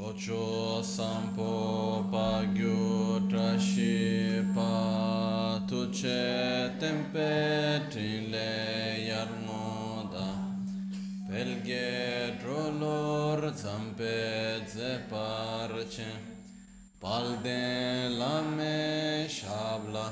Ocho sampo pagyo trashi pa tuche tempe trile yarnoda pelge drolor zampe zeparche palde lame shabla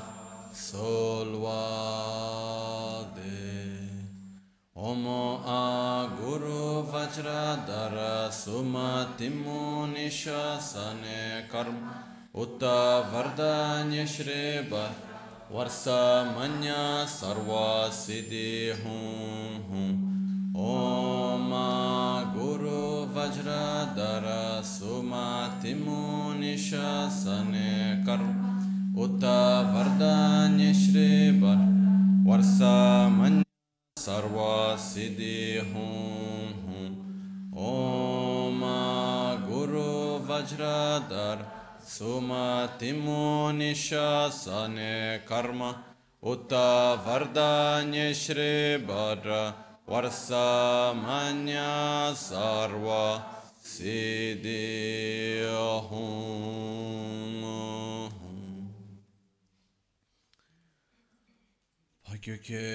solvade Omo a Guru Vajradhara Sumatimu Nishasane Karma Utta Vardanya Shreba Varsa Manya Sarva Siddhi Hum Hum Om a Guru Vajradhara Sumatimu Nishasane Karma Utta Vardanya Shreba Varsa Manya Sarva Siddhi Hum Hum Om Guru Vajradhar Sumatimu Nishasane Karma Utta Vardanya Shri Bhadra Varsa Manya Sarva Siddhi Hum Pakyuke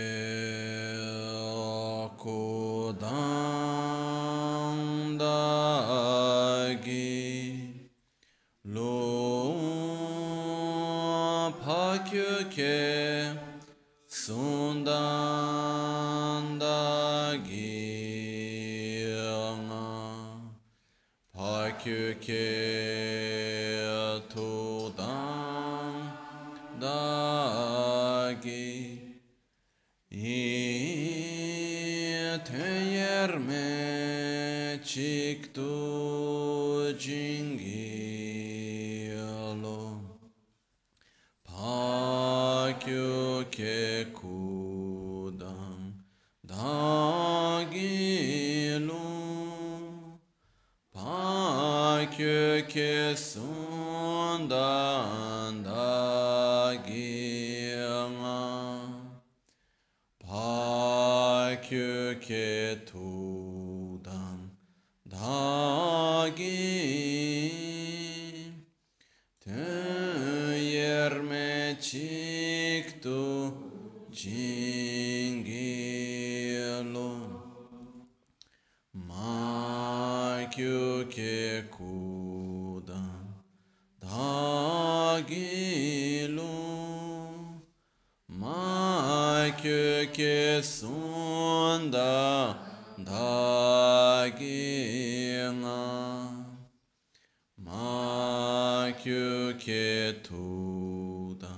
Kodandagi Lo Pakyuke Sundandagi Pakyuke Todandagi Teyerme Chiktu Jingilo Pakyu Ke Kudam Dagilu Pakyu Ke Sundan Pakyu Ke Tudam Dagi Teyerme Chiktu Jingilo Makyu Ke Kudam Dagilu Makyu Ke Sunda Daginga Makyu Ke Tuda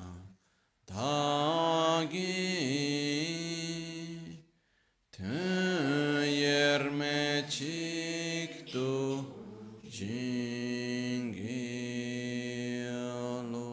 Dagi Teyerme Chiktu Jingilo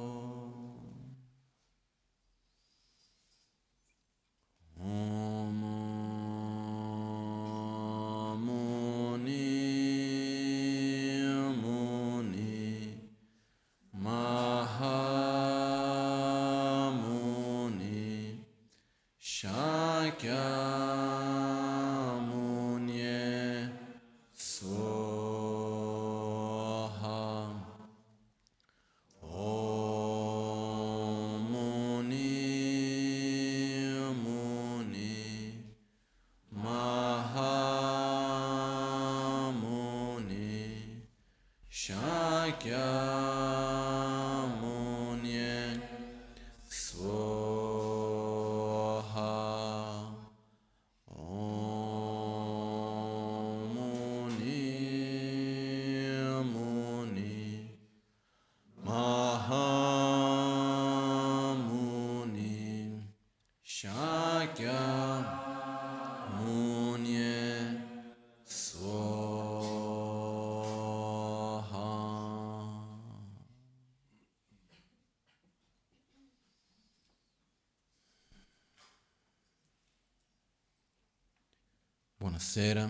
Shakyamuni Soha Om Muni Mahamuni Shakyamuni Soha Om Muni Mahamuni Shakyamuni Swaha. Buonasera.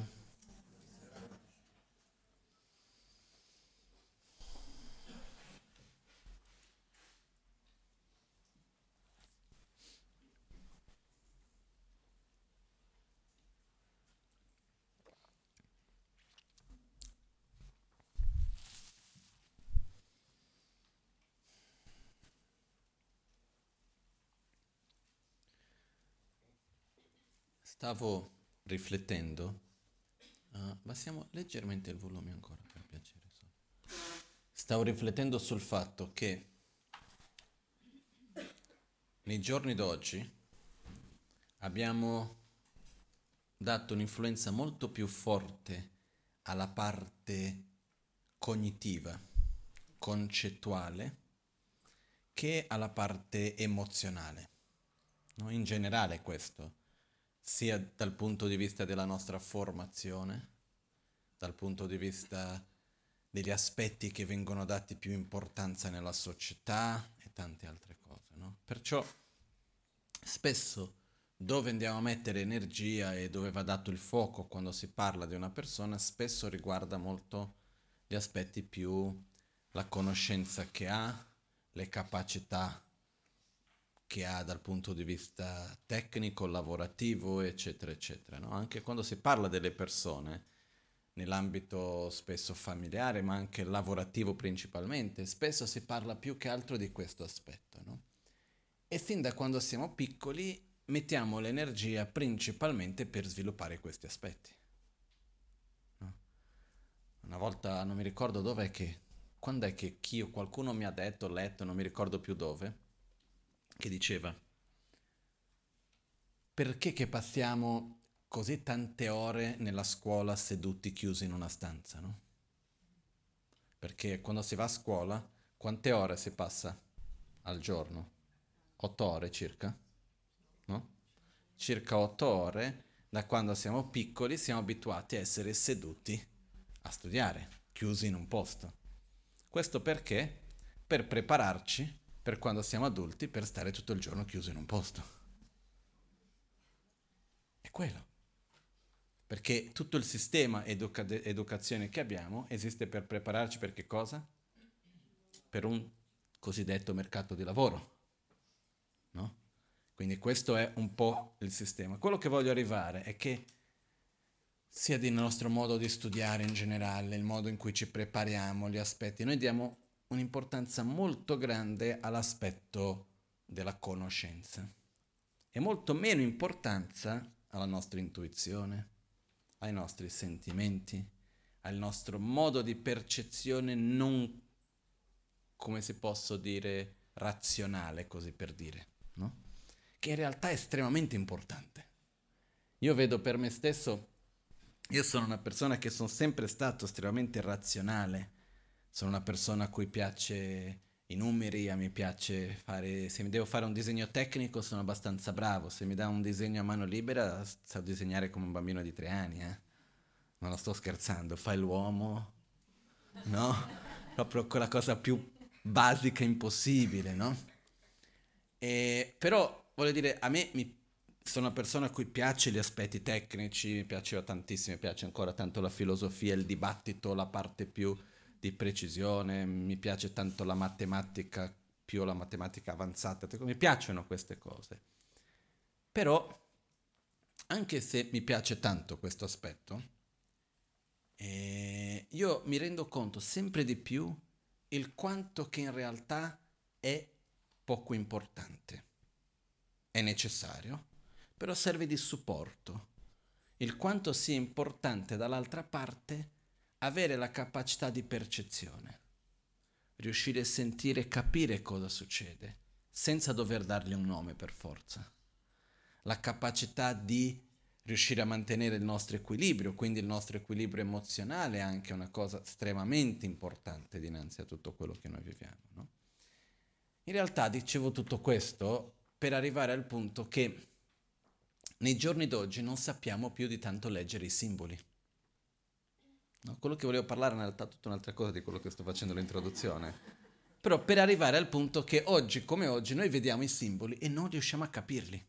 Stavo riflettendo, abbassiamo leggermente il volume ancora per piacere. Stavo riflettendo sul fatto che nei giorni d'oggi abbiamo dato un'influenza molto più forte alla parte cognitiva, concettuale, che alla parte emozionale. No? In generale questo, sia dal punto di vista della nostra formazione, dal punto di vista degli aspetti che vengono dati più importanza nella società e tante altre cose, no? Perciò spesso dove andiamo a mettere energia e dove va dato il fuoco quando si parla di una persona, spesso riguarda molto gli aspetti più la conoscenza che ha, le capacità che ha dal punto di vista tecnico, lavorativo, eccetera, eccetera. No? Anche quando si parla delle persone, nell'ambito spesso familiare, ma anche lavorativo principalmente, spesso si parla più che altro di questo aspetto. No? E fin da quando siamo piccoli mettiamo l'energia principalmente per sviluppare questi aspetti. No? Una volta, non mi ricordo dov'è che, quando è che qualcuno mi ha detto, letto, non mi ricordo più dove, che diceva, perché che passiamo così tante ore nella scuola seduti chiusi in una stanza, no? Perché quando si va a scuola, quante ore si passa al giorno? 8 ore circa, no? Circa 8 ore, da quando siamo piccoli siamo abituati a essere seduti a studiare, chiusi in un posto. Questo perché? Per prepararci per quando siamo adulti, per stare tutto il giorno chiusi in un posto. È quello. Perché tutto il sistema educazione che abbiamo esiste per prepararci per che cosa? Per un cosiddetto mercato di lavoro, no? Quindi questo è un po' il sistema. Quello che voglio arrivare è che sia del nostro modo di studiare in generale, il modo in cui ci prepariamo, gli aspetti, noi diamo un'importanza molto grande all'aspetto della conoscenza e molto meno importanza alla nostra intuizione, ai nostri sentimenti, al nostro modo di percezione non, come si posso dire, razionale, così per dire, no? Che in realtà è estremamente importante. Io vedo per me stesso, io sono una persona che sono sempre stato estremamente razionale, sono una persona a cui piace i numeri, a me piace fare, se mi devo fare un disegno tecnico sono abbastanza bravo, se mi dà un disegno a mano libera so disegnare come un bambino di 3 anni, non lo sto scherzando, fai l'uomo, no? Proprio quella cosa più basica impossibile, no? Però, voglio dire, sono una persona a cui piace gli aspetti tecnici, mi piaceva tantissimo, mi piace ancora tanto la filosofia, il dibattito, la parte più di precisione, mi piace tanto la matematica, più la matematica avanzata, mi piacciono queste cose. Però, anche se mi piace tanto questo aspetto, io mi rendo conto sempre di più il quanto che in realtà è poco importante. È necessario, però serve di supporto. Il quanto sia importante dall'altra parte avere la capacità di percezione, riuscire a sentire e capire cosa succede, senza dover dargli un nome per forza. La capacità di riuscire a mantenere il nostro equilibrio, quindi il nostro equilibrio emozionale è anche una cosa estremamente importante dinanzi a tutto quello che noi viviamo, no? In realtà dicevo tutto questo per arrivare al punto che nei giorni d'oggi non sappiamo più di tanto leggere i simboli. No? Quello che volevo parlare è in realtà tutta un'altra cosa di quello che sto facendo l'introduzione. Però per arrivare al punto che oggi come oggi noi vediamo i simboli e non riusciamo a capirli.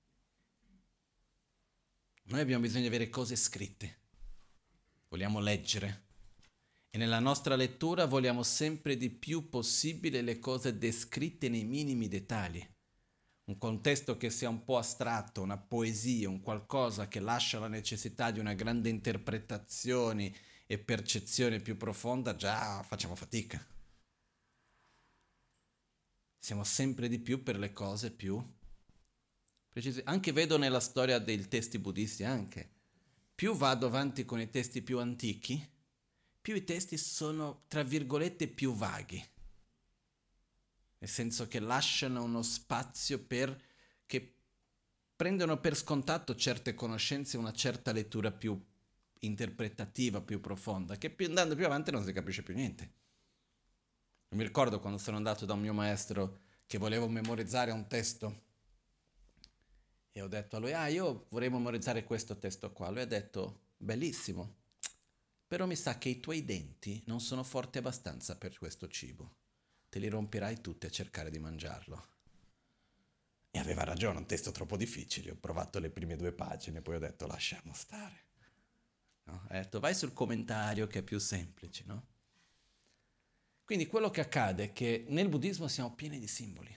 Noi abbiamo bisogno di avere cose scritte, vogliamo leggere e nella nostra lettura vogliamo sempre di più possibile le cose descritte nei minimi dettagli. Un contesto che sia un po' astratto, una poesia, un qualcosa che lascia la necessità di una grande interpretazione e percezione più profonda, già facciamo fatica. Siamo sempre di più per le cose più Anche vedo nella storia dei testi buddisti anche. Più vado avanti con i testi più antichi, più i testi sono, tra virgolette, più vaghi. Nel senso che lasciano uno spazio che prendono per scontato certe conoscenze, una certa lettura più interpretativa, più profonda, che andando più avanti non si capisce più niente. Mi ricordo quando sono andato da un mio maestro che volevo memorizzare un testo e ho detto a lui, io vorrei memorizzare questo testo qua. Lui ha detto, bellissimo, però mi sa che i tuoi denti non sono forti abbastanza per questo cibo. Te li rompirai tutti a cercare di mangiarlo. E aveva ragione, un testo troppo difficile. Ho provato le prime 2 pagine, poi ho detto, lasciamo stare. No? Ho detto, vai sul commentario che è più semplice, no? Quindi quello che accade è che nel buddismo siamo pieni di simboli.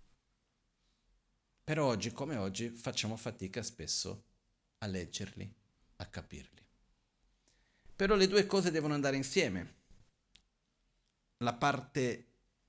Però oggi come oggi facciamo fatica spesso a leggerli, a capirli. Però le 2 cose devono andare insieme. La parte,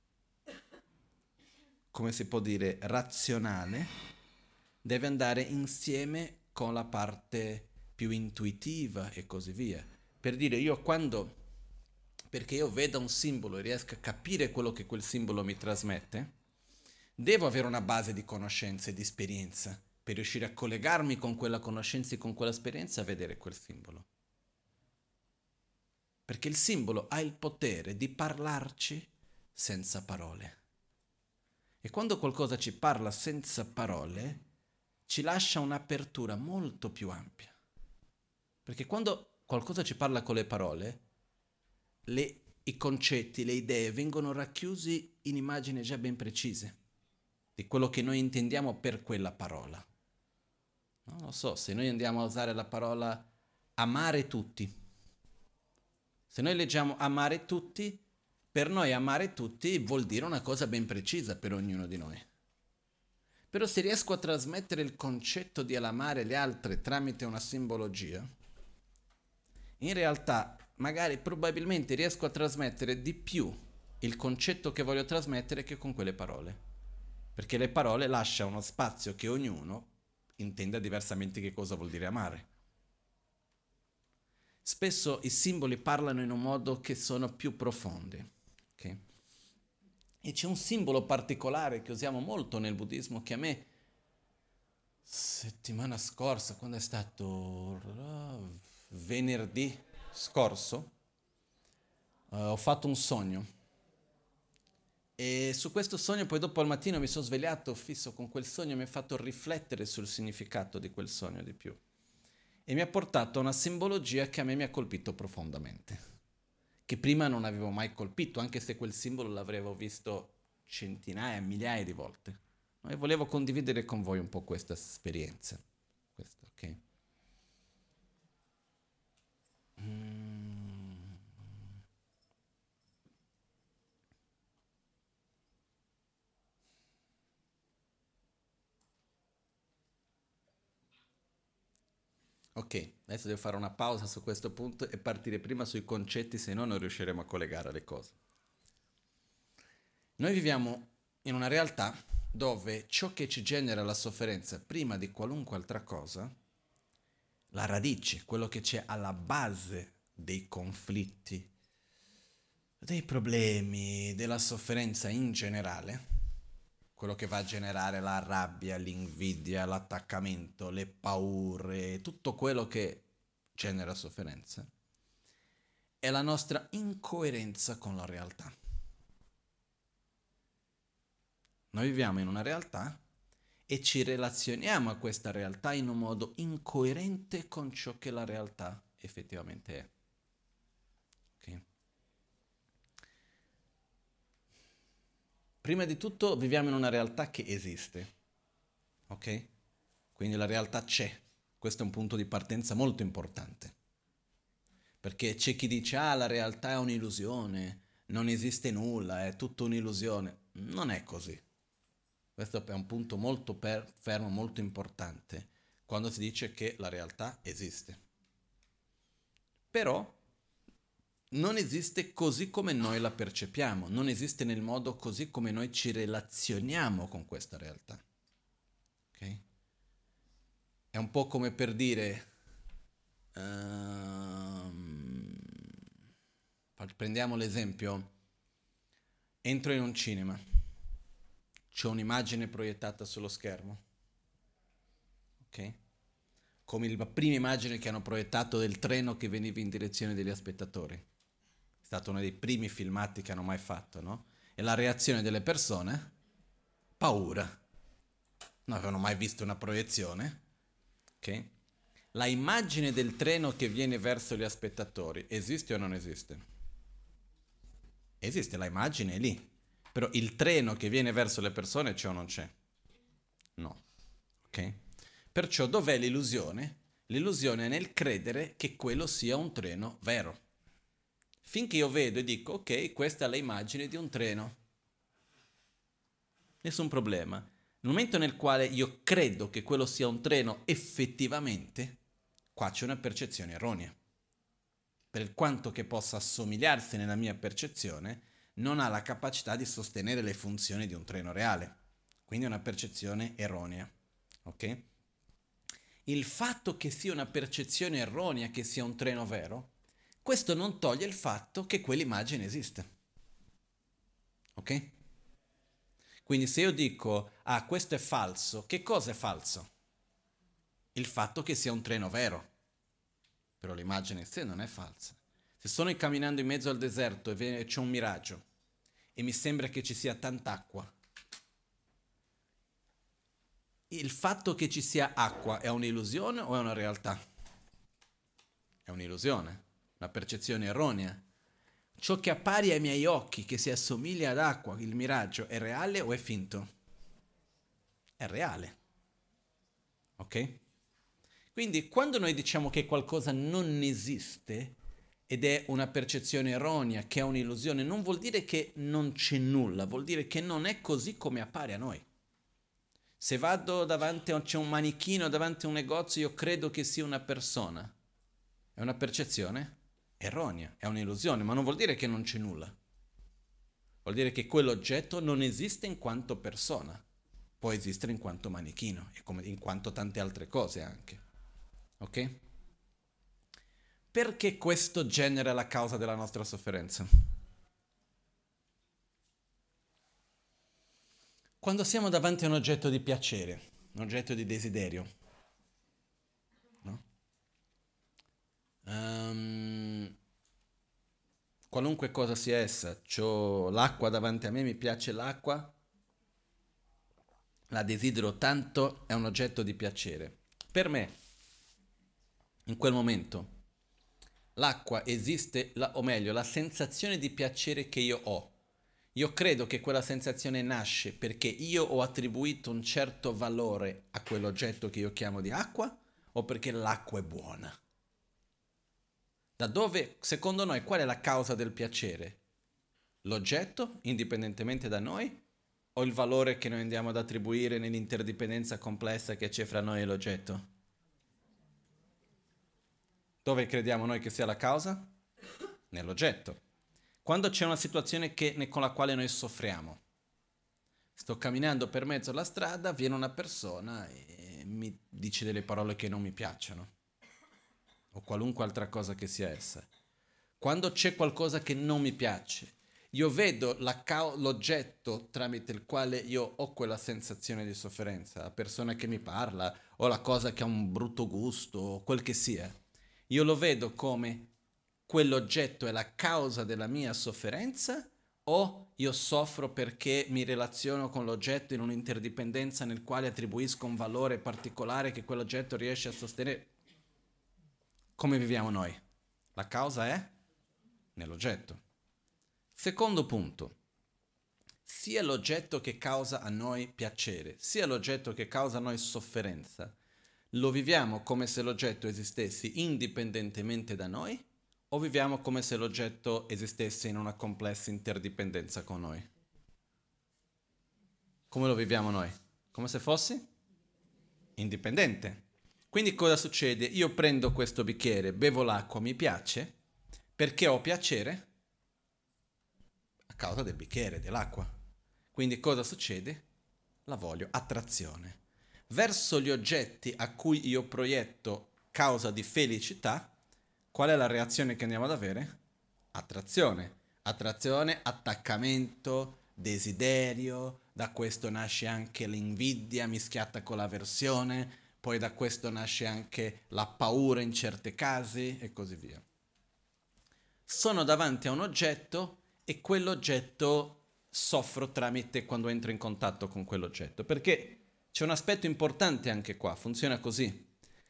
come si può dire, razionale deve andare insieme con la parte più intuitiva e così via. Per dire, perché io vedo un simbolo e riesco a capire quello che quel simbolo mi trasmette, devo avere una base di conoscenza e di esperienza per riuscire a collegarmi con quella conoscenza e con quella esperienza a vedere quel simbolo. Perché il simbolo ha il potere di parlarci senza parole. E quando qualcosa ci parla senza parole, ci lascia un'apertura molto più ampia. Perché quando qualcosa ci parla con le parole, i concetti, le idee vengono racchiusi in immagini già ben precise di quello che noi intendiamo per quella parola. Non lo so, se noi andiamo a usare la parola amare tutti, se noi leggiamo amare tutti, per noi amare tutti vuol dire una cosa ben precisa per ognuno di noi. Però se riesco a trasmettere il concetto di amare gli altri tramite una simbologia, in realtà magari probabilmente riesco a trasmettere di più il concetto che voglio trasmettere che con quelle parole. Perché le parole lasciano uno spazio che ognuno intenda diversamente che cosa vuol dire amare. Spesso i simboli parlano in un modo che sono più profondi. Okay? E c'è un simbolo particolare che usiamo molto nel buddismo che a me settimana scorsa, quando è stato venerdì scorso, ho fatto un sogno. E su questo sogno poi dopo al mattino mi sono svegliato fisso con quel sogno e mi ha fatto riflettere sul significato di quel sogno di più. E mi ha portato a una simbologia che a me mi ha colpito profondamente, che prima non avevo mai colpito, anche se quel simbolo l'avevo visto centinaia, migliaia di volte. E volevo condividere con voi un po' questa esperienza. Questo, ok? Ok, adesso devo fare una pausa su questo punto e partire prima sui concetti, se no non riusciremo a collegare le cose. Noi viviamo in una realtà dove ciò che ci genera la sofferenza prima di qualunque altra cosa, la radice, quello che c'è alla base dei conflitti, dei problemi, della sofferenza in generale, quello che va a generare la rabbia, l'invidia, l'attaccamento, le paure, tutto quello che genera sofferenza, è la nostra incoerenza con la realtà. Noi viviamo in una realtà e ci relazioniamo a questa realtà in un modo incoerente con ciò che la realtà effettivamente è. Okay? Prima di tutto viviamo in una realtà che esiste, ok? Quindi la realtà c'è. Questo è un punto di partenza molto importante. Perché c'è chi dice, la realtà è un'illusione, non esiste nulla, è tutta un'illusione. Non è così. Questo è un punto molto fermo, molto importante, quando si dice che la realtà esiste. Però non esiste così come noi la percepiamo, non esiste nel modo così come noi ci relazioniamo con questa realtà. Ok? È un po' come per dire, prendiamo l'esempio, entro in un cinema, c'è un'immagine proiettata sullo schermo, ok? Come la prima immagine che hanno proiettato del treno che veniva in direzione degli spettatori. È stato uno dei primi filmati che hanno mai fatto, no? E la reazione delle persone? Paura. Non avevano mai visto una proiezione, ok? La immagine del treno che viene verso gli spettatori esiste o non esiste? Esiste, la immagine è lì. Però il treno che viene verso le persone c'è o non c'è? No. Ok? Perciò dov'è l'illusione? L'illusione è nel credere che quello sia un treno vero. Finché io vedo e dico, ok, questa è l'immagine di un treno. Nessun problema. Nel momento nel quale io credo che quello sia un treno effettivamente, qua c'è una percezione erronea. Per quanto che possa assomigliarsi nella mia percezione, non ha la capacità di sostenere le funzioni di un treno reale. Quindi è una percezione erronea. Ok? Il fatto che sia una percezione erronea che sia un treno vero, questo non toglie il fatto che quell'immagine esiste. Ok? Quindi se io dico, ah, questo è falso, che cosa è falso? Il fatto che sia un treno vero. Però l'immagine in sé non è falsa. Se sono camminando in mezzo al deserto e c'è un miraggio e mi sembra che ci sia tanta acqua, il fatto che ci sia acqua è un'illusione o è una realtà? È un'illusione, una percezione erronea. Ciò che appare ai miei occhi, che si assomiglia ad acqua, il miraggio, è reale o è finto? È reale. Ok? Quindi quando noi diciamo che qualcosa non esiste ed è una percezione erronea, che è un'illusione, non vuol dire che non c'è nulla, vuol dire che non è così come appare a noi. Se vado davanti a c'è un manichino davanti a un negozio, io credo che sia una persona. È una percezione erronea, è un'illusione, ma non vuol dire che non c'è nulla. Vuol dire che quell'oggetto non esiste in quanto persona, può esistere in quanto manichino e come in quanto tante altre cose anche. Ok? Perché questo genera la causa della nostra sofferenza? Quando siamo davanti a un oggetto di piacere, un oggetto di desiderio, no? Qualunque cosa sia essa, c'ho l'acqua davanti a me, mi piace l'acqua, la desidero tanto, è un oggetto di piacere. Per me, in quel momento, l'acqua esiste, o meglio, la sensazione di piacere che io ho. Io credo che quella sensazione nasce perché io ho attribuito un certo valore a quell'oggetto che io chiamo di acqua o perché l'acqua è buona. Da dove, secondo noi, qual è la causa del piacere? L'oggetto, indipendentemente da noi, o il valore che noi andiamo ad attribuire nell'interdipendenza complessa che c'è fra noi e l'oggetto? Dove crediamo noi che sia la causa? Nell'oggetto. Quando c'è una situazione con la quale noi soffriamo, sto camminando per mezzo alla strada, viene una persona e mi dice delle parole che non mi piacciono, o qualunque altra cosa che sia essa. Quando c'è qualcosa che non mi piace, io vedo l'oggetto tramite il quale io ho quella sensazione di sofferenza, la persona che mi parla, o la cosa che ha un brutto gusto, o quel che sia. Io lo vedo come quell'oggetto è la causa della mia sofferenza o io soffro perché mi relaziono con l'oggetto in un'interdipendenza nel quale attribuisco un valore particolare che quell'oggetto riesce a sostenere. Come viviamo noi? La causa è nell'oggetto. Secondo punto, sia l'oggetto che causa a noi piacere, sia l'oggetto che causa a noi sofferenza, lo viviamo come se l'oggetto esistesse indipendentemente da noi o viviamo come se l'oggetto esistesse in una complessa interdipendenza con noi? Come lo viviamo noi? Come se fosse indipendente. Quindi cosa succede? Io prendo questo bicchiere, bevo l'acqua, mi piace, perché ho piacere? A causa del bicchiere, dell'acqua. Quindi cosa succede? La voglio, attrazione. verso gli oggetti a cui io proietto causa di felicità, qual è la reazione che andiamo ad avere? Attrazione. Attrazione, attaccamento, desiderio, da questo nasce anche l'invidia mischiata con l'avversione, poi da questo nasce anche la paura in certi casi e così via. Sono davanti a un oggetto e quell'oggetto soffro tramite quando entro in contatto con quell'oggetto, perché c'è un aspetto importante anche qua, funziona così.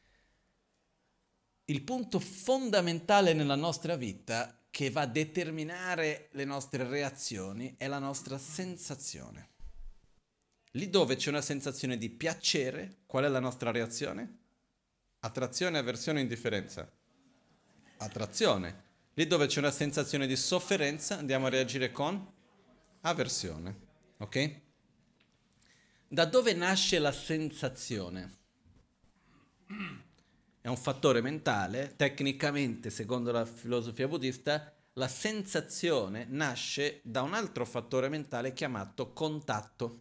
Il punto fondamentale nella nostra vita che va a determinare le nostre reazioni è la nostra sensazione. Lì dove c'è una sensazione di piacere, qual è la nostra reazione? Attrazione, avversione, indifferenza. Attrazione. Lì dove c'è una sensazione di sofferenza, andiamo a reagire con avversione. Ok? Da dove nasce la sensazione? È un fattore mentale, tecnicamente, secondo la filosofia buddista, la sensazione nasce da un altro fattore mentale chiamato contatto.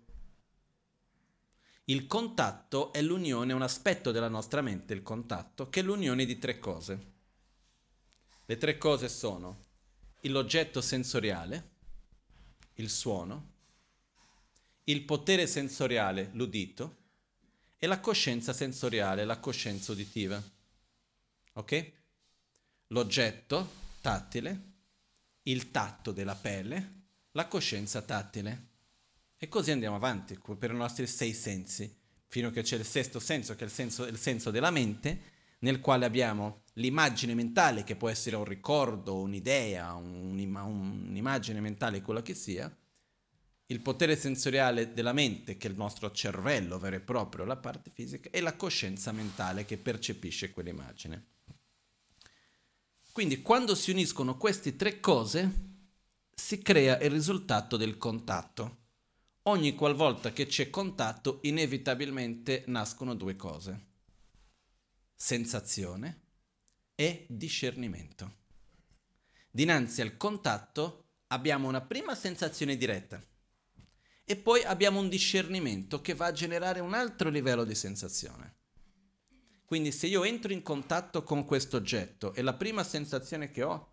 Il contatto è l'unione, un aspetto della nostra mente, il contatto, che è l'unione di tre cose. Le tre cose sono l'oggetto sensoriale, il suono, il potere sensoriale, l'udito, e la coscienza sensoriale, la coscienza uditiva. Ok? L'oggetto tattile, il tatto della pelle, la coscienza tattile. E così andiamo avanti per i nostri 6 sensi, fino a che c'è il sesto senso, che è il senso della mente, nel quale abbiamo l'immagine mentale, che può essere un ricordo, un'idea, un'immagine mentale, quello che sia, il potere sensoriale della mente, che è il nostro cervello vero e proprio, la parte fisica, e la coscienza mentale che percepisce quell'immagine. Quindi quando si uniscono queste tre cose, si crea il risultato del contatto. Ogni qualvolta che c'è contatto, inevitabilmente nascono due cose: sensazione e discernimento. Dinanzi al contatto abbiamo una prima sensazione diretta e poi abbiamo un discernimento che va a generare un altro livello di sensazione. Quindi se io entro in contatto con questo oggetto e la prima sensazione che ho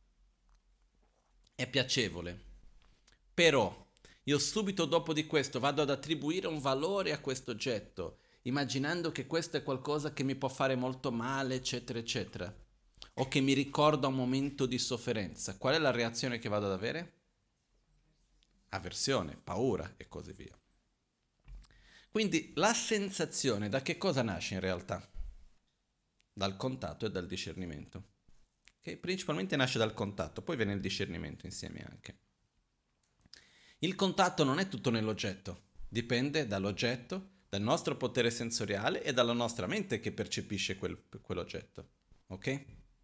è piacevole, però io subito dopo di questo vado ad attribuire un valore a questo oggetto, immaginando che questo è qualcosa che mi può fare molto male, eccetera, eccetera, o che mi ricorda un momento di sofferenza, qual è la reazione che vado ad avere? Avversione, paura e così via. Quindi la sensazione da che cosa nasce in realtà? Dal contatto e dal discernimento. Okay? Principalmente nasce dal contatto, poi viene il discernimento insieme anche. Il contatto non è tutto nell'oggetto, dipende dall'oggetto, dal nostro potere sensoriale e dalla nostra mente che percepisce quell'oggetto. Ok?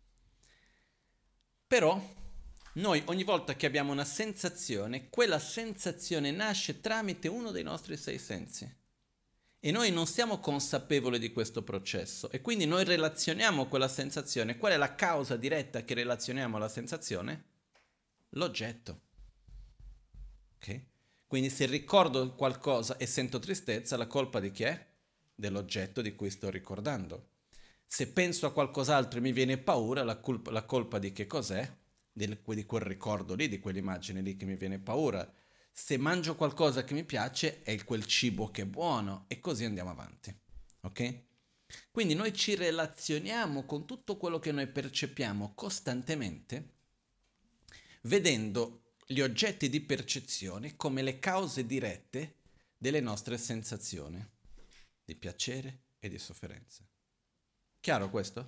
Però noi ogni volta che abbiamo una sensazione, quella sensazione nasce tramite uno dei nostri 6 sensi. E noi non siamo consapevoli di questo processo e quindi noi relazioniamo quella sensazione. Qual è la causa diretta che relazioniamo alla sensazione? L'oggetto. Ok? Quindi se ricordo qualcosa e sento tristezza, la colpa di chi è? Dell'oggetto di cui sto ricordando. Se penso a qualcos'altro e mi viene paura, la colpa di che cos'è? Di quel ricordo lì, di quell'immagine lì che mi viene paura. Se mangio qualcosa che mi piace, è quel cibo che è buono, e così andiamo avanti. Ok? Quindi noi ci relazioniamo con tutto quello che noi percepiamo costantemente, vedendo gli oggetti di percezione come le cause dirette delle nostre sensazioni di piacere e di sofferenza. Chiaro questo?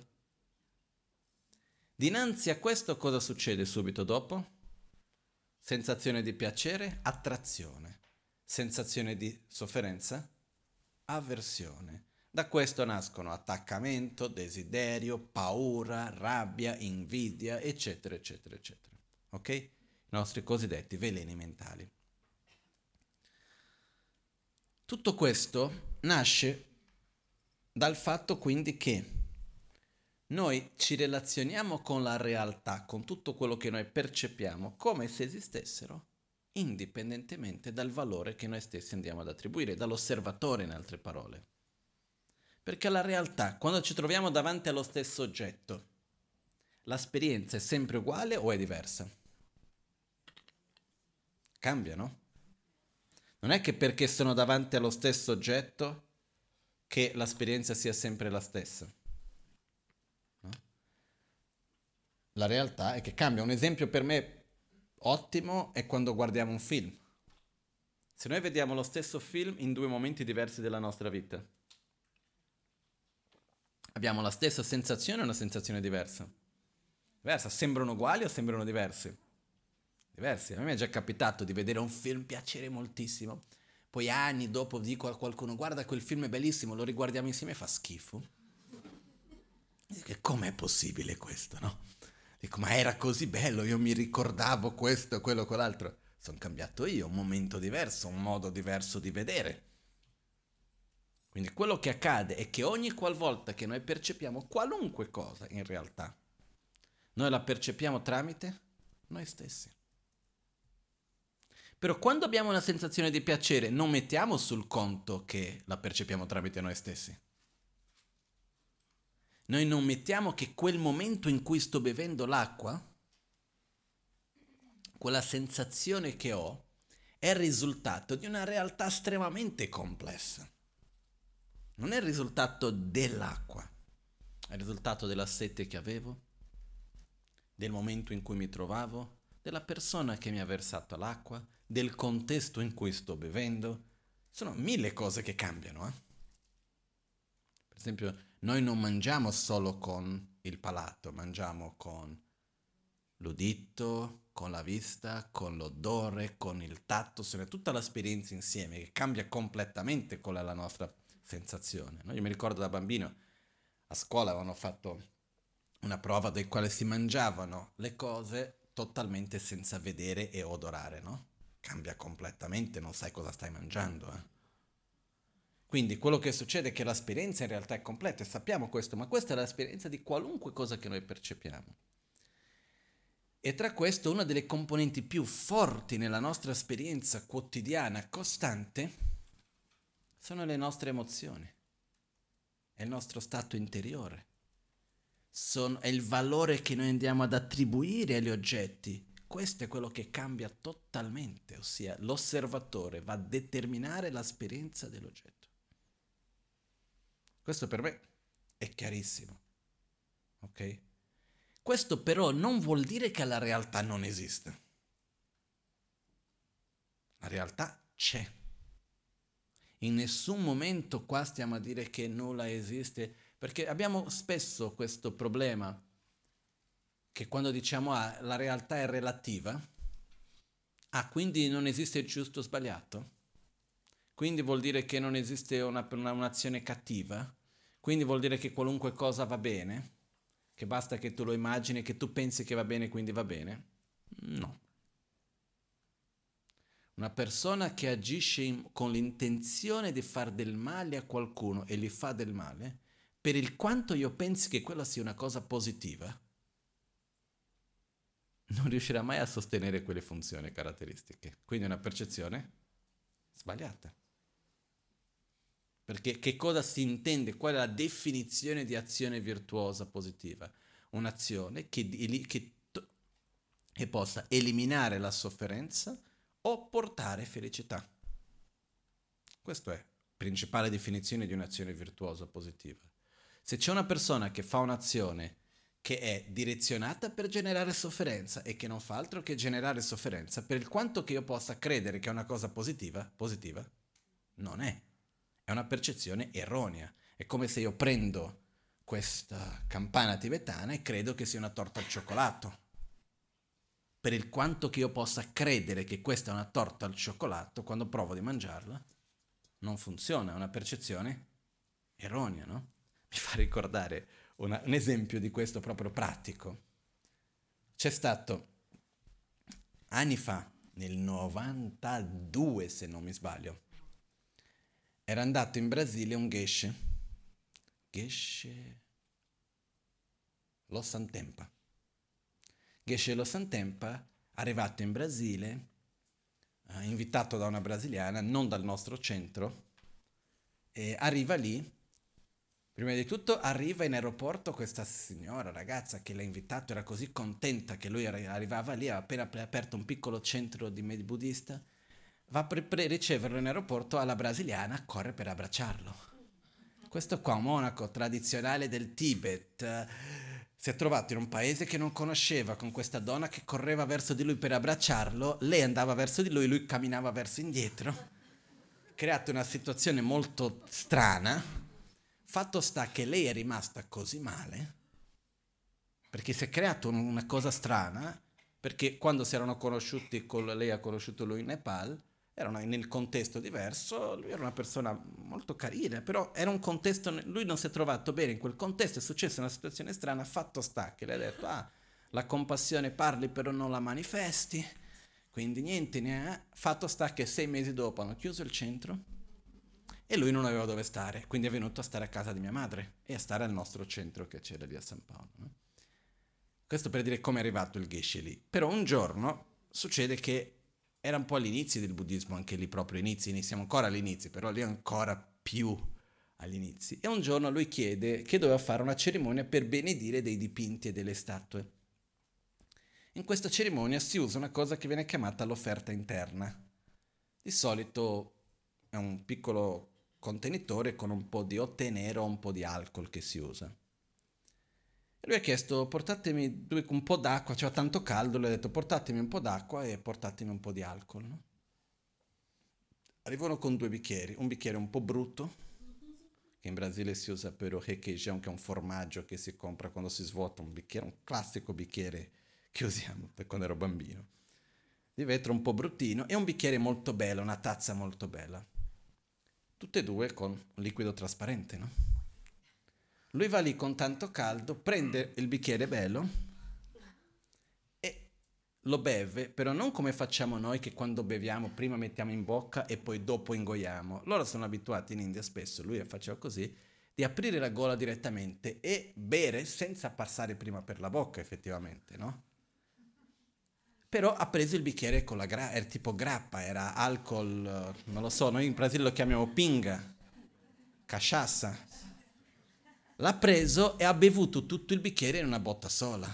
Dinanzi a questo cosa succede subito dopo? Sensazione di piacere, attrazione. Sensazione di sofferenza, avversione. Da questo nascono attaccamento, desiderio, paura, rabbia, invidia, eccetera, eccetera, eccetera. Ok? I nostri cosiddetti veleni mentali. Tutto questo nasce dal fatto quindi che noi ci relazioniamo con la realtà, con tutto quello che noi percepiamo, come se esistessero, indipendentemente dal valore che noi stessi andiamo ad attribuire, dall'osservatore in altre parole. Perché la realtà, quando ci troviamo davanti allo stesso oggetto, l'esperienza è sempre uguale o è diversa? Cambia, no? Non è che perché sono davanti allo stesso oggetto che l'esperienza sia sempre la stessa. No? La realtà è che cambia. Un esempio per me ottimo è quando guardiamo un film. Se noi vediamo lo stesso film in due momenti diversi della nostra vita, abbiamo la stessa sensazione o una sensazione diversa? Diversa, sembrano uguali o sembrano diversi? Diversi. A me è già capitato di vedere un film piacere moltissimo, poi anni dopo dico a qualcuno guarda quel film è bellissimo, lo riguardiamo insieme e fa schifo. Dico, com'è possibile questo, no? Dico, ma era così bello, io mi ricordavo questo, quello, quell'altro. Sono cambiato io, un momento diverso, un modo diverso di vedere. Quindi quello che accade è che ogni qualvolta che noi percepiamo qualunque cosa in realtà, noi la percepiamo tramite noi stessi. Però quando abbiamo una sensazione di piacere non mettiamo sul conto che la percepiamo tramite noi stessi. Noi non mettiamo che quel momento in cui sto bevendo l'acqua, quella sensazione che ho, è il risultato di una realtà estremamente complessa. Non è il risultato dell'acqua, è il risultato della sete che avevo, del momento in cui mi trovavo, della persona che mi ha versato l'acqua, del contesto in cui sto bevendo. Sono mille cose che cambiano. Per esempio, noi non mangiamo solo con il palato, mangiamo con l'udito, con la vista, con l'odore, con il tatto, sono tutta l'esperienza insieme che cambia completamente qual è la nostra sensazione. No? Io mi ricordo da bambino a scuola avevano fatto una prova del quale si mangiavano le cose totalmente senza vedere e odorare, no? Cambia completamente, non sai cosa stai mangiando, eh. Quindi quello che succede è che l'esperienza in realtà è completa e sappiamo questo, ma questa è l'esperienza di qualunque cosa che noi percepiamo. E tra questo una delle componenti più forti nella nostra esperienza quotidiana, costante, sono le nostre emozioni, è il nostro stato interiore, è il valore che noi andiamo ad attribuire agli oggetti. Questo è quello che cambia totalmente, ossia l'osservatore va a determinare l'esperienza dell'oggetto. Questo per me è chiarissimo, ok? Questo però non vuol dire che la realtà non esiste. La realtà c'è. In nessun momento qua stiamo a dire che nulla esiste, perché abbiamo spesso questo problema che quando diciamo la realtà è relativa, quindi non esiste giusto o sbagliato? Quindi vuol dire che non esiste un'azione cattiva? Quindi vuol dire che qualunque cosa va bene? Che basta che tu lo immagini, che tu pensi che va bene, quindi va bene? No. Una persona che agisce con l'intenzione di far del male a qualcuno e gli fa del male, per il quanto io pensi che quella sia una cosa positiva, non riuscirà mai a sostenere quelle funzioni caratteristiche. Quindi è una percezione sbagliata. Perché che cosa si intende? Qual è la definizione di azione virtuosa positiva? Un'azione che possa eliminare la sofferenza o portare felicità. Questa è la principale definizione di un'azione virtuosa positiva. Se c'è una persona che fa un'azione che è direzionata per generare sofferenza e che non fa altro che generare sofferenza, per il quanto che io possa credere che è una cosa positiva, non è. È una percezione erronea. È come se io prendo questa campana tibetana e credo che sia una torta al cioccolato. Per il quanto che io possa credere che questa è una torta al cioccolato, quando provo di mangiarla, non funziona, è una percezione erronea, no? Mi fa ricordare un esempio di questo proprio pratico. C'è stato anni fa, nel 92 se non mi sbaglio, era andato in Brasile un Geshe Lo Santempa. Geshe Lo Santempa, arrivato in Brasile, invitato da una brasiliana, non dal nostro centro, arriva lì Prima di tutto arriva in aeroporto questa signora, ragazza che l'ha invitato, era così contenta che lui arrivava lì, aveva appena aperto un piccolo centro di buddista, va per riceverlo in aeroporto alla brasiliana, corre per abbracciarlo. Questo qua, un monaco tradizionale del Tibet, si è trovato in un paese che non conosceva, con questa donna che correva verso di lui per abbracciarlo, lei andava verso di lui camminava verso indietro, creato una situazione molto strana. Fatto sta che lei è rimasta così male, perché si è creato una cosa strana, perché quando si erano conosciuti, lei ha conosciuto lui in Nepal, erano nel contesto diverso, lui era una persona molto carina, però era un contesto, lui non si è trovato bene in quel contesto, è successa una situazione strana, fatto sta che lei ha detto, la compassione parli però non la manifesti, quindi niente, fatto sta che 6 mesi dopo hanno chiuso il centro, e lui non aveva dove stare, quindi è venuto a stare a casa di mia madre e a stare al nostro centro che c'era lì a San Paolo. No? Questo per dire come è arrivato il Geshe lì. Però un giorno succede che era un po' all'inizio del buddismo, anche lì proprio inizi, siamo ancora all'inizio, però lì ancora più agli inizi. E un giorno lui chiede che doveva fare una cerimonia per benedire dei dipinti e delle statue. In questa cerimonia si usa una cosa che viene chiamata l'offerta interna. Di solito è un piccolo contenitore con un po' di o tè nero o un po' di alcol che si usa. E lui ha chiesto portatemi un po' d'acqua, c'era tanto caldo, lui ha detto portatemi un po' d'acqua e portatemi un po' di alcol. No? Arrivano con 2 bicchieri, un bicchiere un po' brutto, che in Brasile si usa per o requeijão, che è un formaggio che si compra quando si svuota, un classico bicchiere che usiamo da quando ero bambino, di vetro un po' bruttino, e un bicchiere molto bello, una tazza molto bella. Tutte e 2 con un liquido trasparente, no? Lui va lì con tanto caldo, prende il bicchiere bello e lo beve, però non come facciamo noi che quando beviamo prima mettiamo in bocca e poi dopo ingoiamo. Loro sono abituati in India spesso, lui faceva così, di aprire la gola direttamente e bere senza passare prima per la bocca effettivamente, no? Però ha preso il bicchiere con era tipo grappa, era alcol, non lo so, noi in Brasile lo chiamiamo pinga, cachaça. L'ha preso e ha bevuto tutto il bicchiere in una botta sola.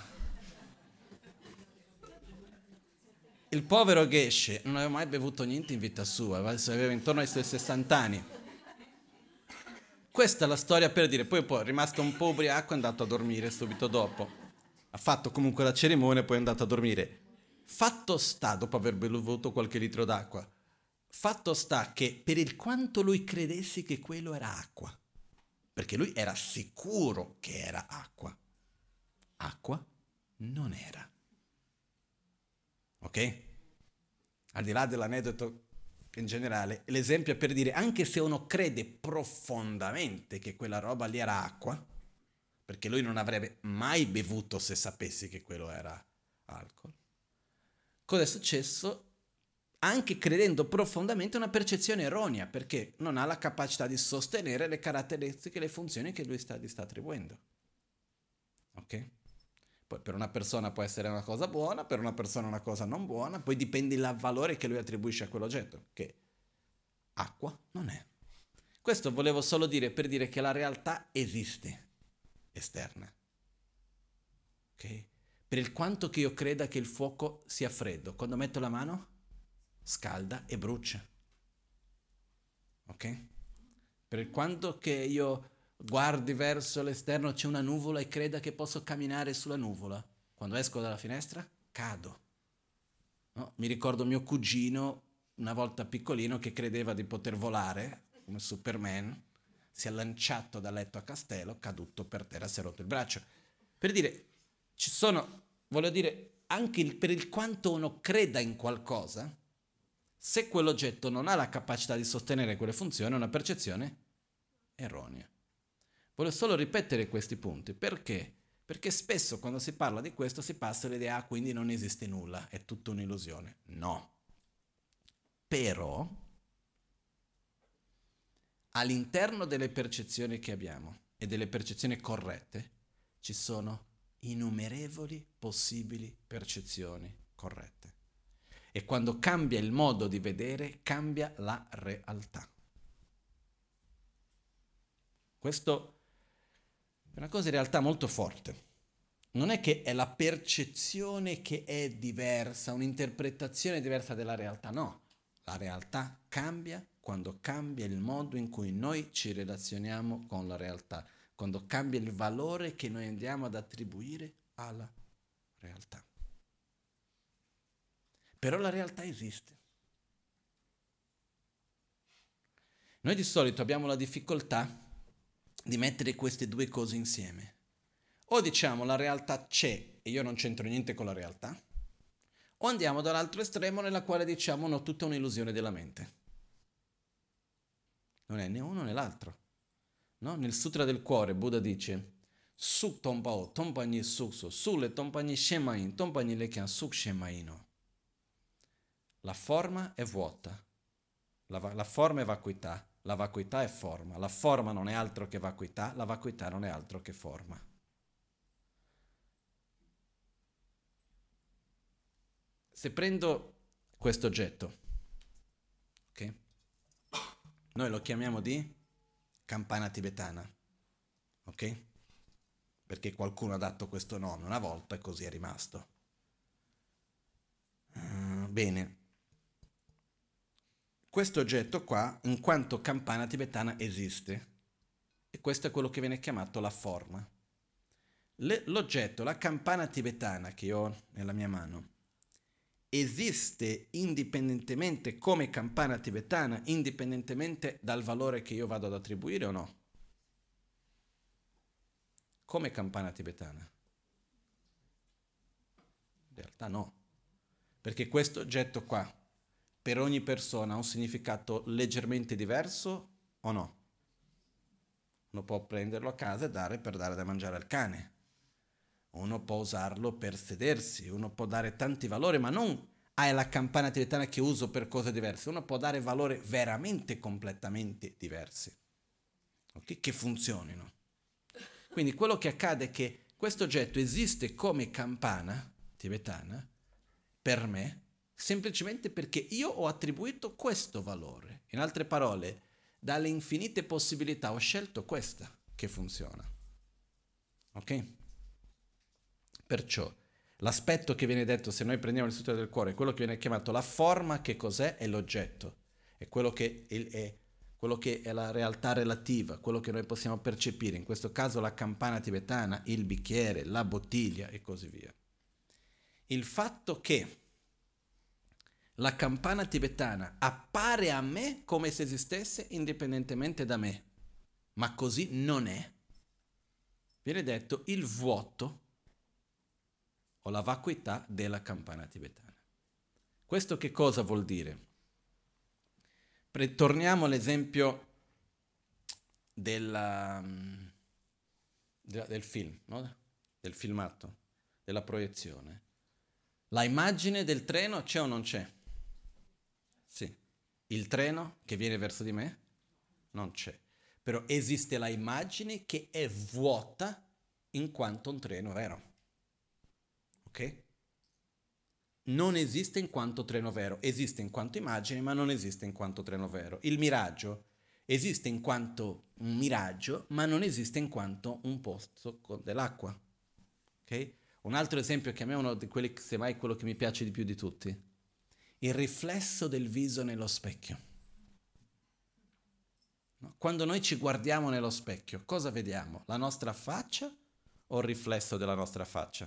Il povero Geshe non aveva mai bevuto niente in vita sua, aveva intorno ai suoi 60 anni. Questa è la storia per dire, poi è rimasto un po' ubriaco e è andato a dormire subito dopo. Ha fatto comunque la cerimonia e poi è andato a dormire. Fatto sta, dopo aver bevuto qualche litro d'acqua, fatto sta che per il quanto lui credesse che quello era acqua, perché lui era sicuro che era acqua, acqua non era. Ok? Al di là dell'aneddoto in generale, l'esempio è per dire, anche se uno crede profondamente che quella roba lì era acqua, perché lui non avrebbe mai bevuto se sapessi che quello era alcol, cosa è successo? Anche credendo profondamente una percezione erronea, perché non ha la capacità di sostenere le caratteristiche e le funzioni che lui gli sta attribuendo. Ok? Poi per una persona può essere una cosa buona, per una persona una cosa non buona, poi dipende dal valore che lui attribuisce a quell'oggetto, che acqua non è. Questo volevo solo dire per dire che la realtà esiste, esterna. Ok? Per il quanto che io creda che il fuoco sia freddo, quando metto la mano scalda e brucia. Ok? Per il quanto che io guardi verso l'esterno c'è una nuvola e creda che posso camminare sulla nuvola, quando esco dalla finestra cado. No? Mi ricordo mio cugino, una volta piccolino, che credeva di poter volare come Superman, si è lanciato da letto a castello, caduto per terra, si è rotto il braccio. Per dire, ci sono, voglio dire, anche per il quanto uno creda in qualcosa, se quell'oggetto non ha la capacità di sostenere quelle funzioni, è una percezione erronea. Voglio solo ripetere questi punti. Perché? Perché spesso quando si parla di questo si passa l'idea, quindi non esiste nulla, è tutta un'illusione. No. Però, all'interno delle percezioni che abbiamo e delle percezioni corrette, ci sono innumerevoli possibili percezioni corrette. E quando cambia il modo di vedere, cambia la realtà. Questo È una cosa in realtà molto forte. Non è che è la percezione che è diversa, un'interpretazione diversa della realtà, no. La realtà cambia quando cambia il modo in cui noi ci relazioniamo con la realtà, quando cambia il valore che noi andiamo ad attribuire alla realtà. Però la realtà esiste. Noi di solito abbiamo la difficoltà di mettere queste due cose insieme. O diciamo la realtà c'è e io non c'entro niente con la realtà, o andiamo dall'altro estremo nella quale diciamo no, tutta un'illusione della mente. Non è né uno né l'altro. No? Nel Sutra del Cuore Buddha dice Suk Tompao, Tompagni Sukso, Sule Tompagni Shemain, Tompagni Lekyan Suk Shemaino. La forma è vuota, la forma è vacuità, la vacuità è forma, la forma non è altro che vacuità, la vacuità non è altro che forma. Se prendo questo oggetto, ok? Noi lo chiamiamo di campana tibetana, ok? Perché qualcuno ha dato questo nome una volta e così è rimasto. Bene. Questo oggetto qua, in quanto campana tibetana, esiste. E questo è quello che viene chiamato la forma. L'oggetto, la campana tibetana che io ho nella mia mano, esiste indipendentemente come campana tibetana, indipendentemente dal valore che io vado ad attribuire o no? Come campana tibetana? In realtà no, perché questo oggetto qua per ogni persona ha un significato leggermente diverso o no? Uno può prenderlo a casa e dare per dare da mangiare al cane. Uno può usarlo per sedersi, uno può dare tanti valori, ma non è la campana tibetana che uso per cose diverse. Uno può dare valori veramente completamente diversi, okay? Che funzionino. Quindi quello che accade è che questo oggetto esiste come campana tibetana per me semplicemente perché io ho attribuito questo valore. In altre parole, dalle infinite possibilità ho scelto questa che funziona. Ok? Perciò l'aspetto che viene detto, se noi prendiamo il Sutra del Cuore, è quello che viene chiamato la forma, che cos'è? È l'oggetto. È quello che è la realtà relativa, quello che noi possiamo percepire. In questo caso la campana tibetana, il bicchiere, la bottiglia e così via. Il fatto che la campana tibetana appare a me come se esistesse indipendentemente da me, ma così non è. Viene detto il vuoto o la vacuità della campana tibetana. Questo che cosa vuol dire? Torniamo all'esempio del film, no? Del filmato, della proiezione. La immagine del treno c'è o non c'è? Sì. Il treno che viene verso di me? Non c'è. Però esiste la immagine che è vuota in quanto un treno vero. Ok? Non esiste in quanto treno vero, esiste in quanto immagine, ma non esiste in quanto treno vero. Il miraggio esiste in quanto un miraggio, ma non esiste in quanto un pozzo dell'acqua. Ok? Un altro esempio che a me è uno di quelli, semmai quello che mi piace di più di tutti, il riflesso del viso nello specchio. No? Quando noi ci guardiamo nello specchio, cosa vediamo? La nostra faccia o il riflesso della nostra faccia?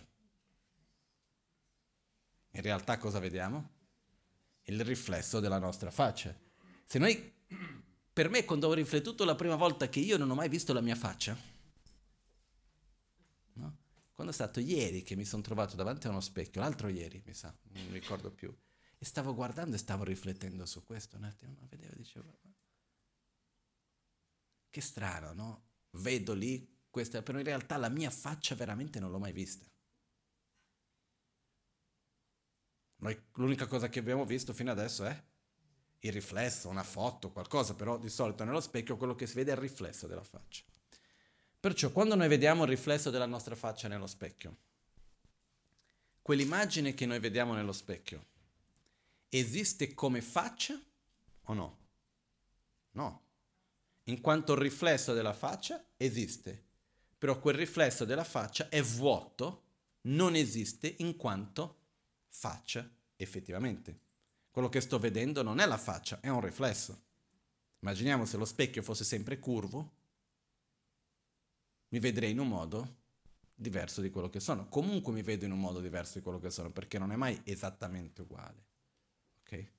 In realtà cosa vediamo? Il riflesso della nostra faccia. Se noi, per me, quando ho riflettuto la prima volta che io non ho mai visto la mia faccia, no? Quando è stato ieri che mi sono trovato davanti a uno specchio, l'altro ieri, mi sa, non mi ricordo più, e stavo guardando e stavo riflettendo su questo un attimo, ma vedevo e dicevo, che strano, no? Vedo lì questa, però in realtà la mia faccia veramente non l'ho mai vista. Noi l'unica cosa che abbiamo visto fino adesso è il riflesso, una foto, qualcosa, però di solito nello specchio quello che si vede è il riflesso della faccia. Perciò quando noi vediamo il riflesso della nostra faccia nello specchio, quell'immagine che noi vediamo nello specchio esiste come faccia o no? No. In quanto il riflesso della faccia esiste, Però quel riflesso della faccia è vuoto, non esiste in quanto faccia effettivamente. Quello che sto vedendo non è la faccia, è un riflesso. Immaginiamo se lo specchio fosse sempre curvo, mi vedrei in un modo diverso di quello che sono. Comunque mi vedo in un modo diverso di quello che sono, perché non è mai esattamente uguale. Ok?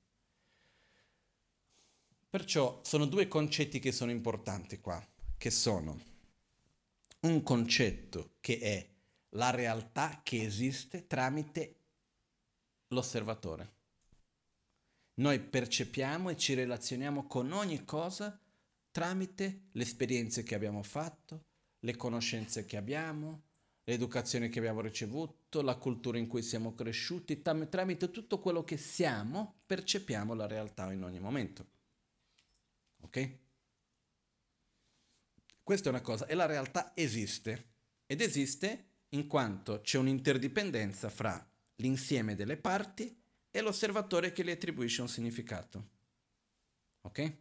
Perciò sono due concetti che sono importanti qua, che sono un concetto che è la realtà che esiste tramite l'osservatore. Noi percepiamo e ci relazioniamo con ogni cosa tramite le esperienze che abbiamo fatto, le conoscenze che abbiamo, l'educazione che abbiamo ricevuto, la cultura in cui siamo cresciuti, tramite tutto quello che siamo, percepiamo la realtà in ogni momento. Ok? Questa è una cosa, e la realtà esiste. Ed esiste in quanto c'è un'interdipendenza fra l'insieme delle parti e l'osservatore che le attribuisce un significato. Ok?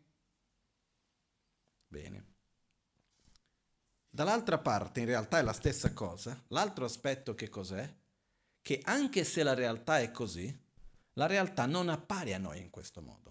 Bene. Dall'altra parte in realtà è la stessa cosa. L'altro aspetto che cos'è? Che anche se la realtà è così, la realtà non appare a noi in questo modo.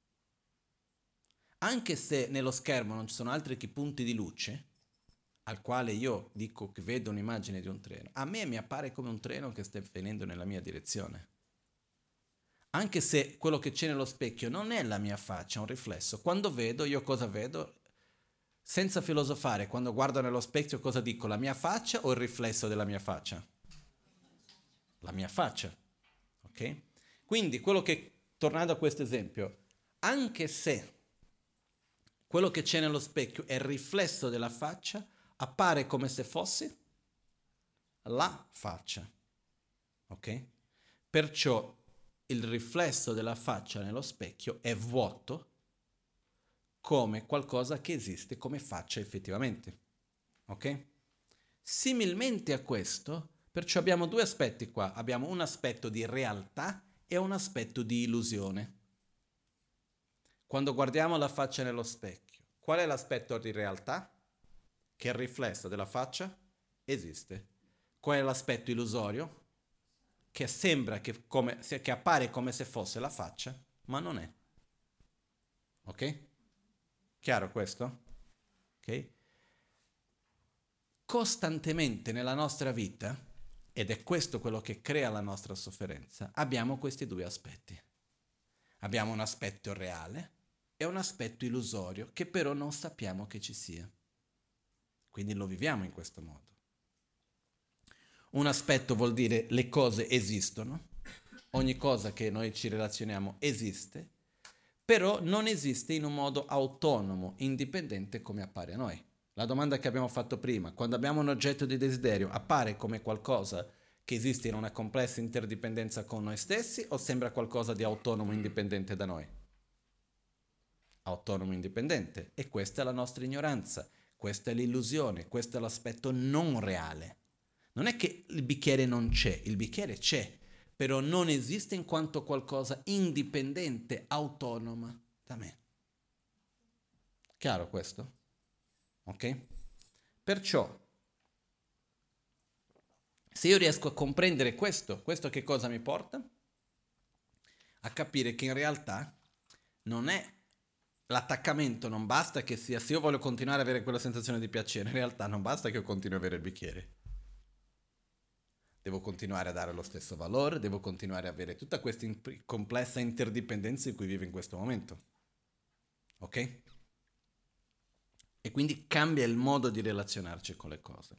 Anche se nello schermo non ci sono altri che punti di luce, al quale io dico che vedo un'immagine di un treno, a me mi appare come un treno che sta venendo nella mia direzione. Anche se quello che c'è nello specchio non è la mia faccia, è un riflesso. Quando vedo, io cosa vedo? Senza filosofare, quando guardo nello specchio cosa dico? La mia faccia o il riflesso della mia faccia? La mia faccia. Ok? Quindi quello che, tornando a questo esempio, anche se quello che c'è nello specchio è il riflesso della faccia, appare come se fosse la faccia. Ok? Perciò il riflesso della faccia nello specchio è vuoto come qualcosa che esiste come faccia effettivamente. Ok? Similmente a questo, perciò abbiamo due aspetti qua. Abbiamo un aspetto di realtà e un aspetto di illusione. Quando guardiamo la faccia nello specchio, qual è l'aspetto di realtà? Che il riflesso della faccia esiste. Qual è l'aspetto illusorio? Che sembra che appare come se fosse la faccia, ma non è. Ok? Chiaro questo? Ok? Costantemente nella nostra vita, ed è questo quello che crea la nostra sofferenza, abbiamo questi due aspetti. Abbiamo un aspetto reale e un aspetto illusorio che però non sappiamo che ci sia. Quindi lo viviamo in questo modo. Un aspetto vuol dire le cose esistono, ogni cosa che noi ci relazioniamo esiste, però non esiste in un modo autonomo, indipendente come appare a noi. La domanda che abbiamo fatto prima, quando abbiamo un oggetto di desiderio, appare come qualcosa che esiste in una complessa interdipendenza con noi stessi o sembra qualcosa di autonomo, indipendente da noi? Autonomo, indipendente. E questa è la nostra ignoranza, questa è l'illusione, questo è l'aspetto non reale. Non è che il bicchiere non c'è, il bicchiere c'è, però non esiste in quanto qualcosa indipendente, autonoma da me. Chiaro questo? Ok? Perciò, se io riesco a comprendere questo che cosa mi porta? A capire che in realtà non è l'attaccamento, non basta che sia, se io voglio continuare ad avere quella sensazione di piacere, in realtà non basta che io continui ad avere il bicchiere. Devo continuare a dare lo stesso valore, devo continuare ad avere tutta questa complessa interdipendenza in cui vivo in questo momento. Ok? E quindi cambia il modo di relazionarci con le cose.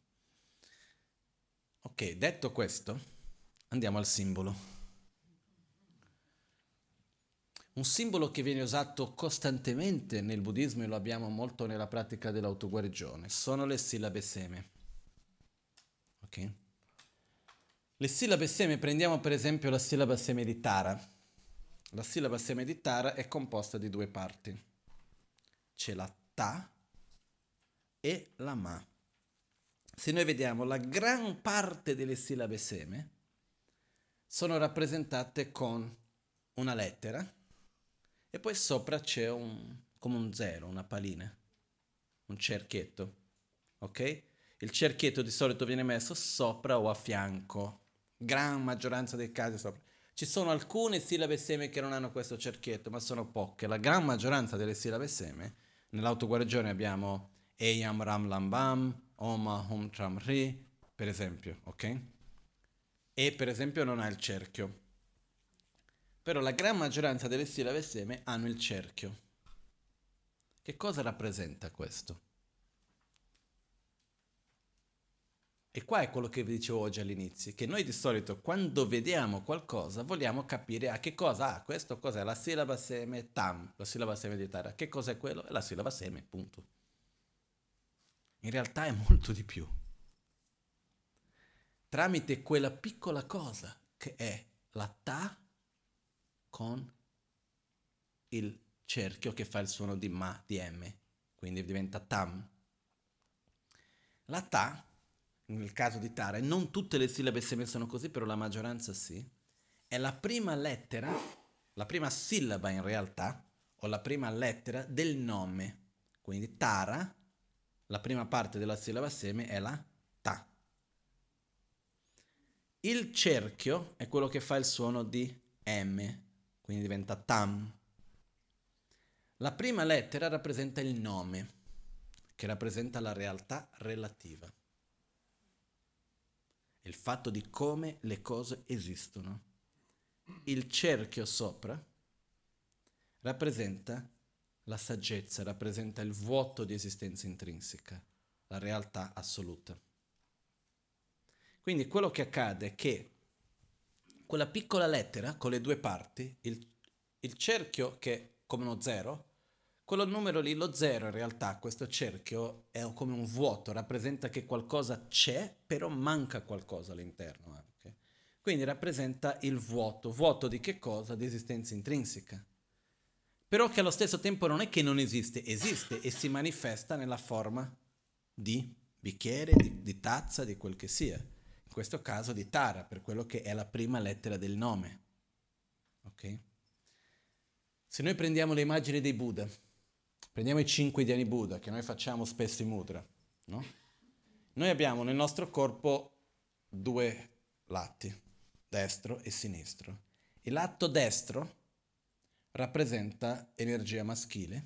Ok, detto questo, andiamo al simbolo. Un simbolo che viene usato costantemente nel buddismo e lo abbiamo molto nella pratica dell'autoguarigione sono le sillabe seme. Ok? Le sillabe seme, prendiamo per esempio la sillaba seme di Tara. La sillaba seme di Tara è composta di due parti. C'è la Ta e la Ma. Se noi vediamo la gran parte delle sillabe seme sono rappresentate con una lettera e poi sopra c'è come un zero, una palina, un cerchietto, ok? Il cerchietto di solito viene messo sopra o a fianco, gran maggioranza dei casi sopra. Ci sono alcune sillabe seme che non hanno questo cerchietto, ma sono poche. La gran maggioranza delle sillabe seme, nell'autoguarigione abbiamo Eyam Ram Lam Bam, Oma Hum Tram Ri, per esempio, ok? E per esempio non ha il cerchio. Però la gran maggioranza delle sillabe seme hanno il cerchio. Che cosa rappresenta questo? E qua è quello che vi dicevo oggi all'inizio, che noi di solito quando vediamo qualcosa vogliamo capire a che cosa ha questo, cos'è la sillaba seme tam, la sillaba seme di Tara, che cos'è quello? È la sillaba seme, punto. In realtà è molto di più. Tramite quella piccola cosa che è la ta con il cerchio che fa il suono di ma, di m, quindi diventa tam. La ta, nel caso di Tara, e non tutte le sillabe seme sono così, però la maggioranza sì, è la prima lettera, la prima sillaba in realtà, o la prima lettera del nome. Quindi Tara, la prima parte della sillaba seme è la ta. Il cerchio è quello che fa il suono di M, quindi diventa tam. La prima lettera rappresenta il nome, che rappresenta la realtà relativa. Il fatto di come le cose esistono. Il cerchio sopra rappresenta la saggezza, rappresenta il vuoto di esistenza intrinseca, la realtà assoluta. Quindi quello che accade è che quella piccola lettera con le due parti, il cerchio che è come uno zero, quello numero lì, lo zero in realtà, questo cerchio è come un vuoto, rappresenta che qualcosa c'è, però manca qualcosa all'interno anche. Quindi rappresenta il vuoto. Vuoto di che cosa? Di esistenza intrinseca. Però che allo stesso tempo non è che non esiste, esiste e si manifesta nella forma di bicchiere, di tazza, di quel che sia. In questo caso di Tara, per quello che è la prima lettera del nome. Ok? Se noi prendiamo le immagini dei Buddha, prendiamo i 5 Dhyani Buddha che noi facciamo spesso in mudra, no? Noi abbiamo nel nostro corpo due lati, destro e sinistro. Il lato destro rappresenta energia maschile,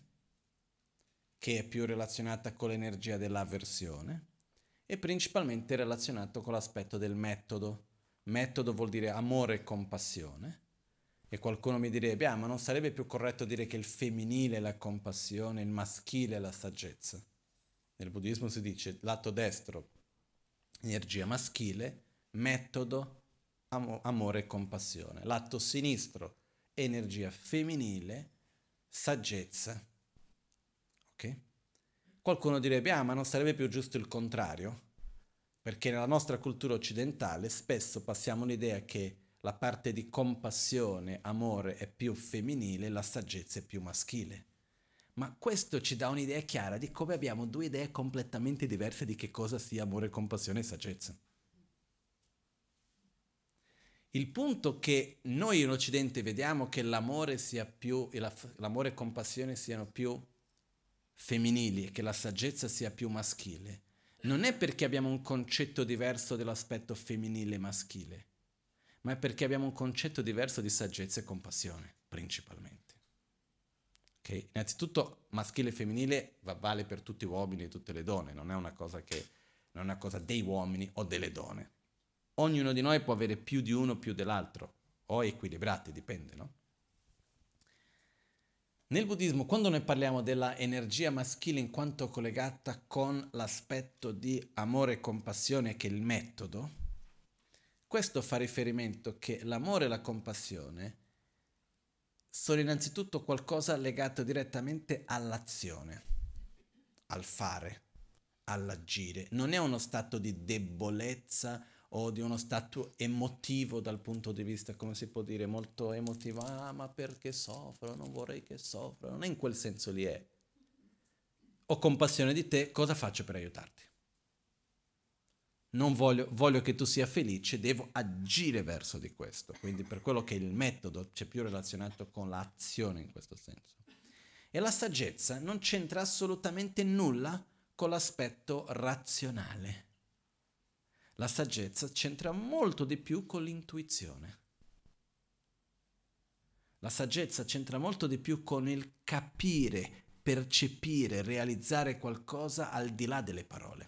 che è più relazionata con l'energia dell'avversione e principalmente relazionato con l'aspetto del metodo. Metodo vuol dire amore e compassione. E qualcuno mi direbbe, ma non sarebbe più corretto dire che il femminile è la compassione, il maschile è la saggezza? Nel buddismo si dice lato destro, energia maschile, metodo, amore e compassione. Lato sinistro, energia femminile, saggezza. Ok? Qualcuno direbbe, ma non sarebbe più giusto il contrario? Perché nella nostra cultura occidentale spesso passiamo l'idea che la parte di compassione, amore è più femminile, la saggezza è più maschile. Ma questo ci dà un'idea chiara di come abbiamo due idee completamente diverse di che cosa sia amore, compassione e saggezza. Il punto che noi in Occidente vediamo che l'amore sia più, l'amore e compassione siano più femminili e che la saggezza sia più maschile, non è perché abbiamo un concetto diverso dell'aspetto femminile e maschile, ma è perché abbiamo un concetto diverso di saggezza e compassione, principalmente. Okay? Innanzitutto, maschile e femminile vale per tutti gli uomini e tutte le donne, non è una cosa dei uomini o delle donne. Ognuno di noi può avere più di uno più dell'altro, o equilibrati, dipende, no? Nel buddismo, quando noi parliamo della energia maschile in quanto collegata con l'aspetto di amore e compassione che è il metodo, questo fa riferimento che l'amore e la compassione sono innanzitutto qualcosa legato direttamente all'azione, al fare, all'agire. Non è uno stato di debolezza o di uno stato emotivo dal punto di vista, come si può dire, molto emotivo. Ma perché soffro? Non vorrei che soffra. Non è in quel senso lì, è. Ho compassione di te, cosa faccio per aiutarti? Non voglio che tu sia felice, devo agire verso di questo. Quindi per quello che il metodo c'è più relazionato con l'azione in questo senso. E la saggezza non c'entra assolutamente nulla con l'aspetto razionale. La saggezza c'entra molto di più con l'intuizione. La saggezza c'entra molto di più con il capire, percepire, realizzare qualcosa al di là delle parole.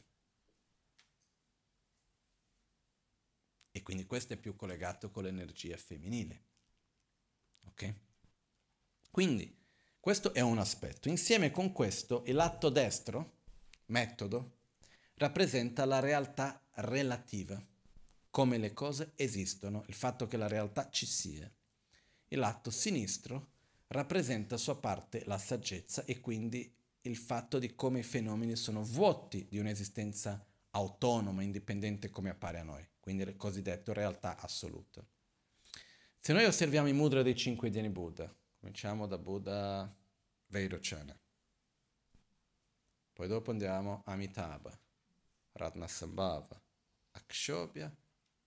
E quindi questo è più collegato con l'energia femminile. Ok? Quindi questo è un aspetto. Insieme con questo, il lato destro, metodo, rappresenta la realtà relativa, come le cose esistono, il fatto che la realtà ci sia. Il lato sinistro rappresenta a sua parte la saggezza e quindi il fatto di come i fenomeni sono vuoti di un'esistenza autonoma, indipendente come appare a noi, quindi il cosiddetto realtà assoluta. Se noi osserviamo i mudra dei 5 Dhyani Buddha, cominciamo da Buddha Vairocana, poi dopo andiamo a Amitabha, Ratnasambhava, Akshobhya,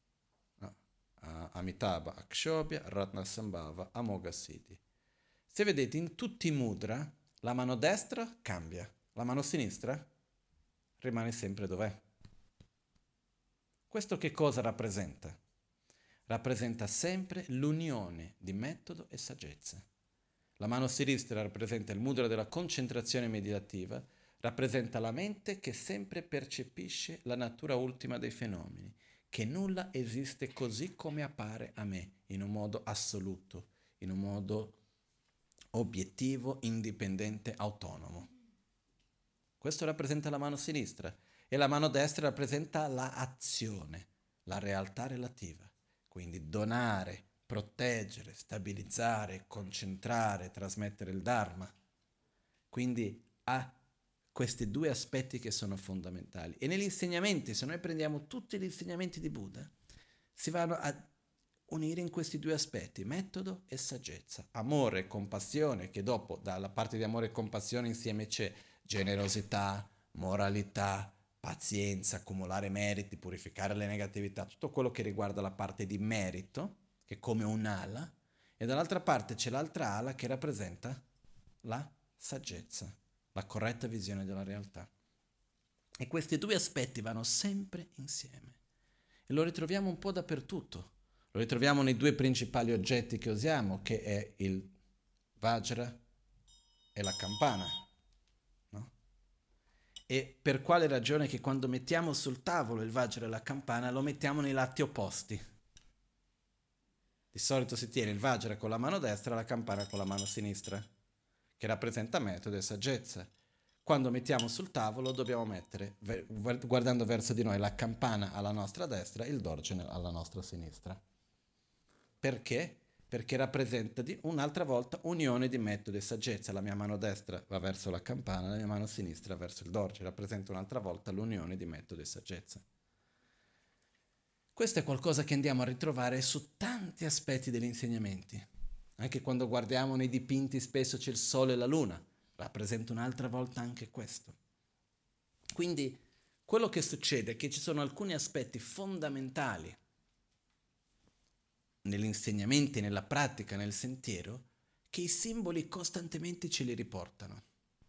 Amitabha, Akshobhya, Ratnasambhava, Amoghasiddhi. Se vedete in tutti i mudra, la mano destra cambia, la mano sinistra rimane sempre dov'è. Questo che cosa rappresenta? Rappresenta sempre l'unione di metodo e saggezza. La mano sinistra rappresenta il mudra della concentrazione meditativa, rappresenta la mente che sempre percepisce la natura ultima dei fenomeni, che nulla esiste così come appare a me, in un modo assoluto, in un modo obiettivo, indipendente, autonomo. Questo rappresenta la mano sinistra e la mano destra rappresenta l'azione, la realtà relativa. Quindi donare, proteggere, stabilizzare, concentrare, trasmettere il Dharma. Quindi ha questi due aspetti che sono fondamentali. E negli insegnamenti, se noi prendiamo tutti gli insegnamenti di Buddha, si vanno a unire in questi due aspetti, metodo e saggezza. Amore e compassione, che dopo dalla parte di amore e compassione insieme c'è generosità, moralità, pazienza, accumulare meriti, purificare le negatività, tutto quello che riguarda la parte di merito, che è come un'ala, e dall'altra parte c'è l'altra ala che rappresenta la saggezza, la corretta visione della realtà. E questi due aspetti vanno sempre insieme. E lo ritroviamo un po' dappertutto. Lo ritroviamo nei due principali oggetti che usiamo, che è il Vajra e la campana. No? E per quale ragione che quando mettiamo sul tavolo il Vajra e la campana lo mettiamo nei lati opposti? Di solito si tiene il Vajra con la mano destra e la campana con la mano sinistra, che rappresenta metodo e saggezza. Quando mettiamo sul tavolo dobbiamo mettere, guardando verso di noi, la campana alla nostra destra e il dorje alla nostra sinistra. Perché? Perché rappresenta un'altra volta unione di metodo e saggezza. La mia mano destra va verso la campana, la mia mano sinistra verso il dorje. Rappresenta un'altra volta l'unione di metodo e saggezza. Questo è qualcosa che andiamo a ritrovare su tanti aspetti degli insegnamenti. Anche quando guardiamo nei dipinti spesso c'è il sole e la luna. Rappresenta un'altra volta anche questo. Quindi quello che succede è che ci sono alcuni aspetti fondamentali negli insegnamenti, nella pratica, nel sentiero, che i simboli costantemente ce li riportano.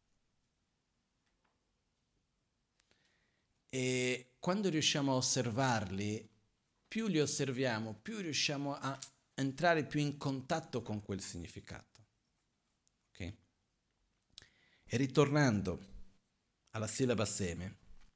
E quando riusciamo a osservarli, più li osserviamo, più riusciamo a entrare più in contatto con quel significato. Ok? E ritornando alla sillaba seme,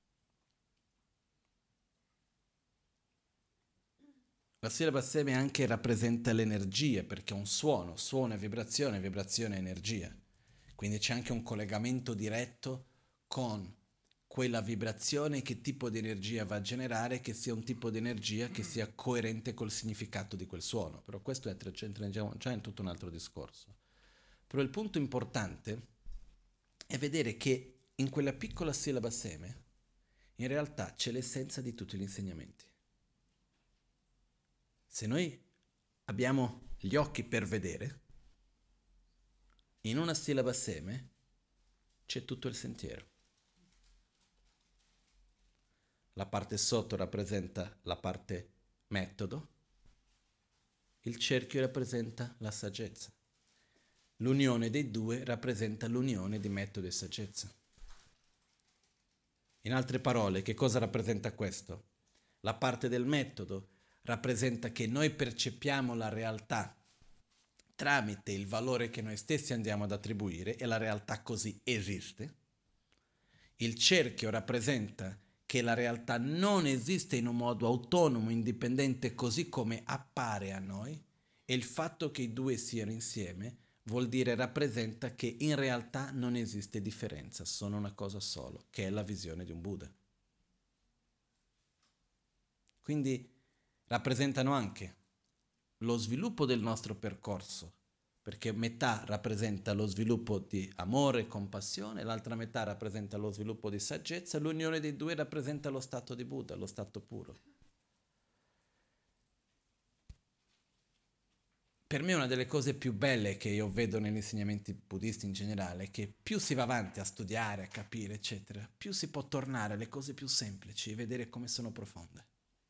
la sillaba seme anche rappresenta l'energia, perché è un suono è vibrazione è energia. Quindi c'è anche un collegamento diretto con quella vibrazione, che tipo di energia va a generare, che sia un tipo di energia che sia coerente col significato di quel suono. Però questo entriamo già in tutto un altro discorso. Però il punto importante è vedere che in quella piccola sillaba seme in realtà c'è l'essenza di tutti gli insegnamenti. Se noi abbiamo gli occhi per vedere, in una sillaba seme c'è tutto il sentiero. La parte sotto rappresenta la parte metodo, il cerchio rappresenta la saggezza. L'unione dei due rappresenta l'unione di metodo e saggezza. In altre parole, che cosa rappresenta questo? La parte del metodo rappresenta che noi percepiamo la realtà tramite il valore che noi stessi andiamo ad attribuire e la realtà così esiste. Il cerchio rappresenta che la realtà non esiste in un modo autonomo, indipendente, così come appare a noi, e il fatto che i due siano insieme vuol dire rappresenta che in realtà non esiste differenza, sono una cosa solo, che è la visione di un Buddha. Quindi rappresentano anche lo sviluppo del nostro percorso, perché metà rappresenta lo sviluppo di amore e compassione, l'altra metà rappresenta lo sviluppo di saggezza, l'unione dei due rappresenta lo stato di Buddha, lo stato puro. Per me una delle cose più belle che io vedo negli insegnamenti buddisti in generale è che più si va avanti a studiare, a capire, eccetera, più si può tornare alle cose più semplici e vedere come sono profonde.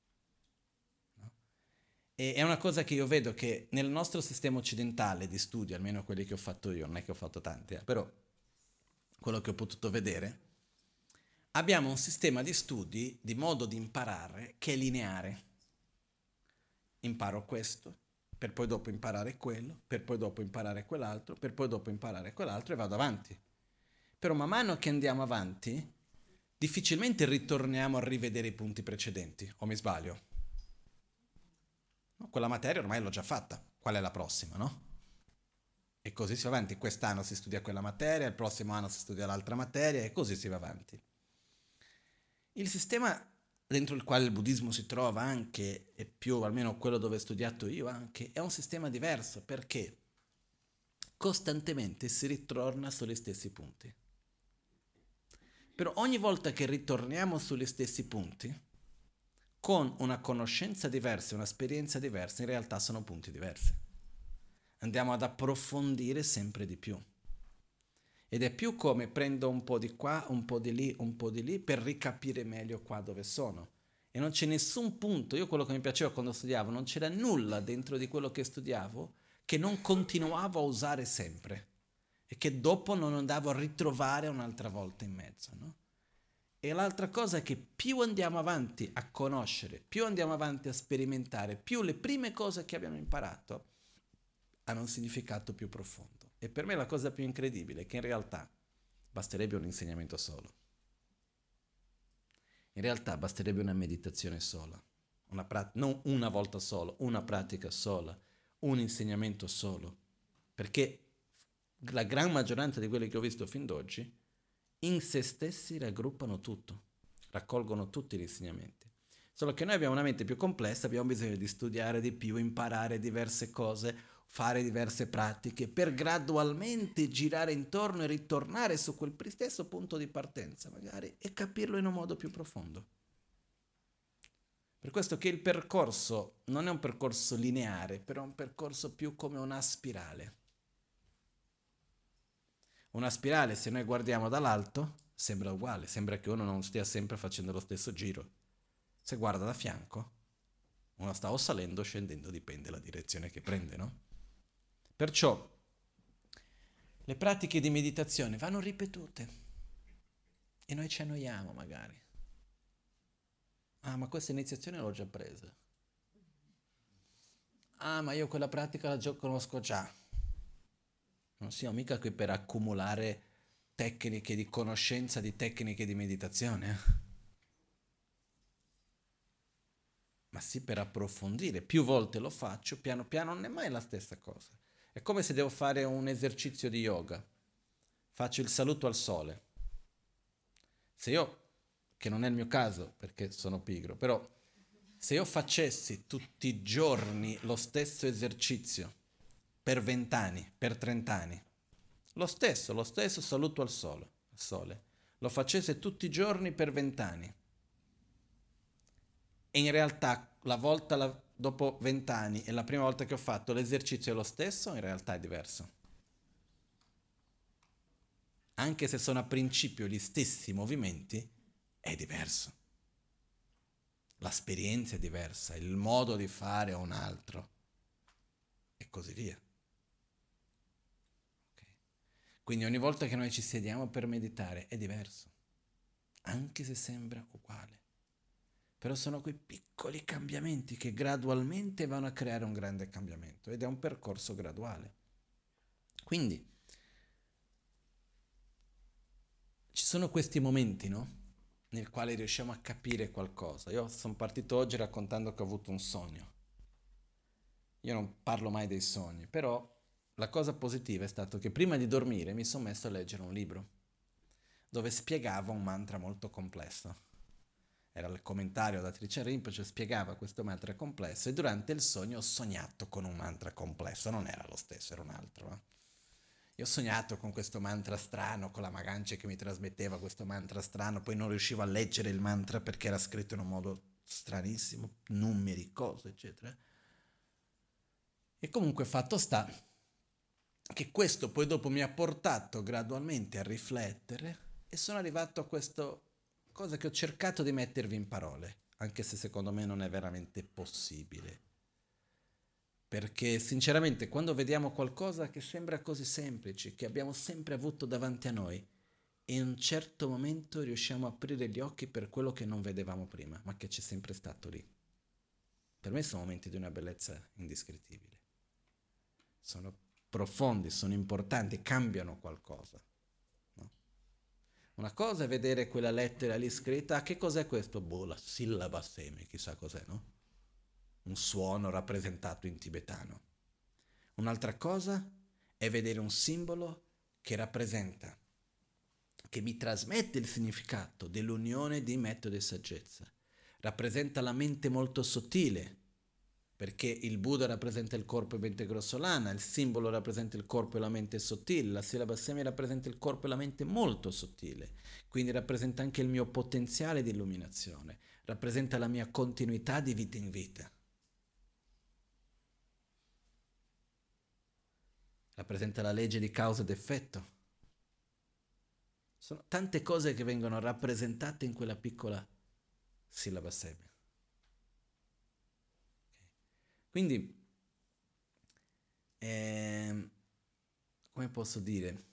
E è una cosa che io vedo che nel nostro sistema occidentale di studio, almeno quelli che ho fatto io, non è che ho fatto tanti, però quello che ho potuto vedere, abbiamo un sistema di studi, di modo di imparare, che è lineare. Imparo questo, per poi dopo imparare quello, per poi dopo imparare quell'altro, per poi dopo imparare quell'altro e vado avanti. Però man mano che andiamo avanti, difficilmente ritorniamo a rivedere i punti precedenti, o mi sbaglio? No, quella materia ormai l'ho già fatta, qual è la prossima, no? E così si va avanti, quest'anno si studia quella materia, il prossimo anno si studia l'altra materia e così si va avanti. Il sistema dentro il quale il buddismo si trova anche, e più almeno quello dove ho studiato io anche, è un sistema diverso perché costantemente si ritorna sugli stessi punti. Però ogni volta che ritorniamo sugli stessi punti, con una conoscenza diversa, un'esperienza diversa, in realtà sono punti diversi. Andiamo ad approfondire sempre di più. Ed è più come prendo un po' di qua, un po' di lì, per ricapire meglio qua dove sono. E non c'è nessun punto, io quello che mi piaceva quando studiavo, non c'era nulla dentro di quello che studiavo che non continuavo a usare sempre e che dopo non andavo a ritrovare un'altra volta in mezzo, no? E l'altra cosa è che più andiamo avanti a conoscere, più andiamo avanti a sperimentare, più le prime cose che abbiamo imparato hanno un significato più profondo. E per me la cosa più incredibile è che in realtà basterebbe un insegnamento solo. In realtà basterebbe una meditazione sola, non una volta solo, una pratica sola, un insegnamento solo. Perché la gran maggioranza di quelli che ho visto fin d'oggi in se stessi raggruppano tutto, raccolgono tutti gli insegnamenti. Solo che noi abbiamo una mente più complessa, abbiamo bisogno di studiare di più, imparare diverse cose, fare diverse pratiche, per gradualmente girare intorno e ritornare su quel stesso punto di partenza, magari, e capirlo in un modo più profondo. Per questo che il percorso non è un percorso lineare, però è un percorso più come una spirale. Una spirale, se noi guardiamo dall'alto, sembra uguale, sembra che uno non stia sempre facendo lo stesso giro. Se guarda da fianco, uno sta o salendo o scendendo, dipende dalla direzione che prende, no? Perciò le pratiche di meditazione vanno ripetute e noi ci annoiamo magari. Ah, ma questa iniziazione l'ho già presa. Ah, ma io quella pratica la conosco già. Non siamo mica qui per accumulare tecniche di conoscenza di tecniche di meditazione, ma sì per approfondire. Più volte lo faccio, piano piano non è mai la stessa cosa. È come se devo fare un esercizio di yoga. Faccio il saluto al sole. Se io, che non è il mio caso perché sono pigro, però se io facessi tutti i giorni lo stesso esercizio per 20 anni, per 30 anni, lo stesso saluto al sole, lo facesse tutti i giorni per 20 anni, e in realtà dopo 20 anni e la prima volta che ho fatto l'esercizio è lo stesso, in realtà è diverso. Anche se sono a principio gli stessi movimenti, è diverso. L'esperienza è diversa, il modo di fare è un altro, e così via. Okay. Quindi ogni volta che noi ci sediamo per meditare è diverso. anche se sembra uguale. Però sono quei piccoli cambiamenti che gradualmente vanno a creare un grande cambiamento ed è un percorso graduale. Quindi ci sono questi momenti, no? Nel quale riusciamo a capire qualcosa. Io sono partito oggi raccontando che ho avuto un sogno. Io non parlo mai dei sogni, però la cosa positiva è stato che prima di dormire mi sono messo a leggere un libro dove spiegava un mantra molto complesso. Era il commentario da Tricia Rinpoche, spiegava questo mantra complesso e durante il sogno ho sognato con un mantra complesso, non era lo stesso, era un altro. Io ho sognato con questo mantra strano, con la Magancia che mi trasmetteva questo mantra strano, poi non riuscivo a leggere il mantra perché era scritto in un modo stranissimo, numeri, cose, eccetera. E comunque fatto sta che questo poi dopo mi ha portato gradualmente a riflettere e sono arrivato a questa cosa che ho cercato di mettervi in parole, anche se secondo me non è veramente possibile. Perché sinceramente quando vediamo qualcosa che sembra così semplice, che abbiamo sempre avuto davanti a noi, in un certo momento riusciamo a aprire gli occhi per quello che non vedevamo prima, ma che c'è sempre stato lì. Per me sono momenti di una bellezza indescrittibile. Sono profondi, sono importanti, cambiano qualcosa. No? Una cosa è vedere quella lettera lì scritta, che cos'è questo? Boh, la sillaba seme, chissà cos'è, no? Un suono rappresentato in tibetano. Un'altra cosa è vedere un simbolo che rappresenta, che mi trasmette il significato dell'unione di metodo e saggezza. Rappresenta la mente molto sottile, perché il Buddha rappresenta il corpo e mente grossolana, il simbolo rappresenta il corpo e la mente sottile, la sillaba semi rappresenta il corpo e la mente molto sottile, quindi rappresenta anche il mio potenziale di illuminazione, rappresenta la mia continuità di vita in vita. Rappresenta la legge di causa ed effetto. Sono tante cose che vengono rappresentate in quella piccola sillaba semi. Quindi, come posso dire,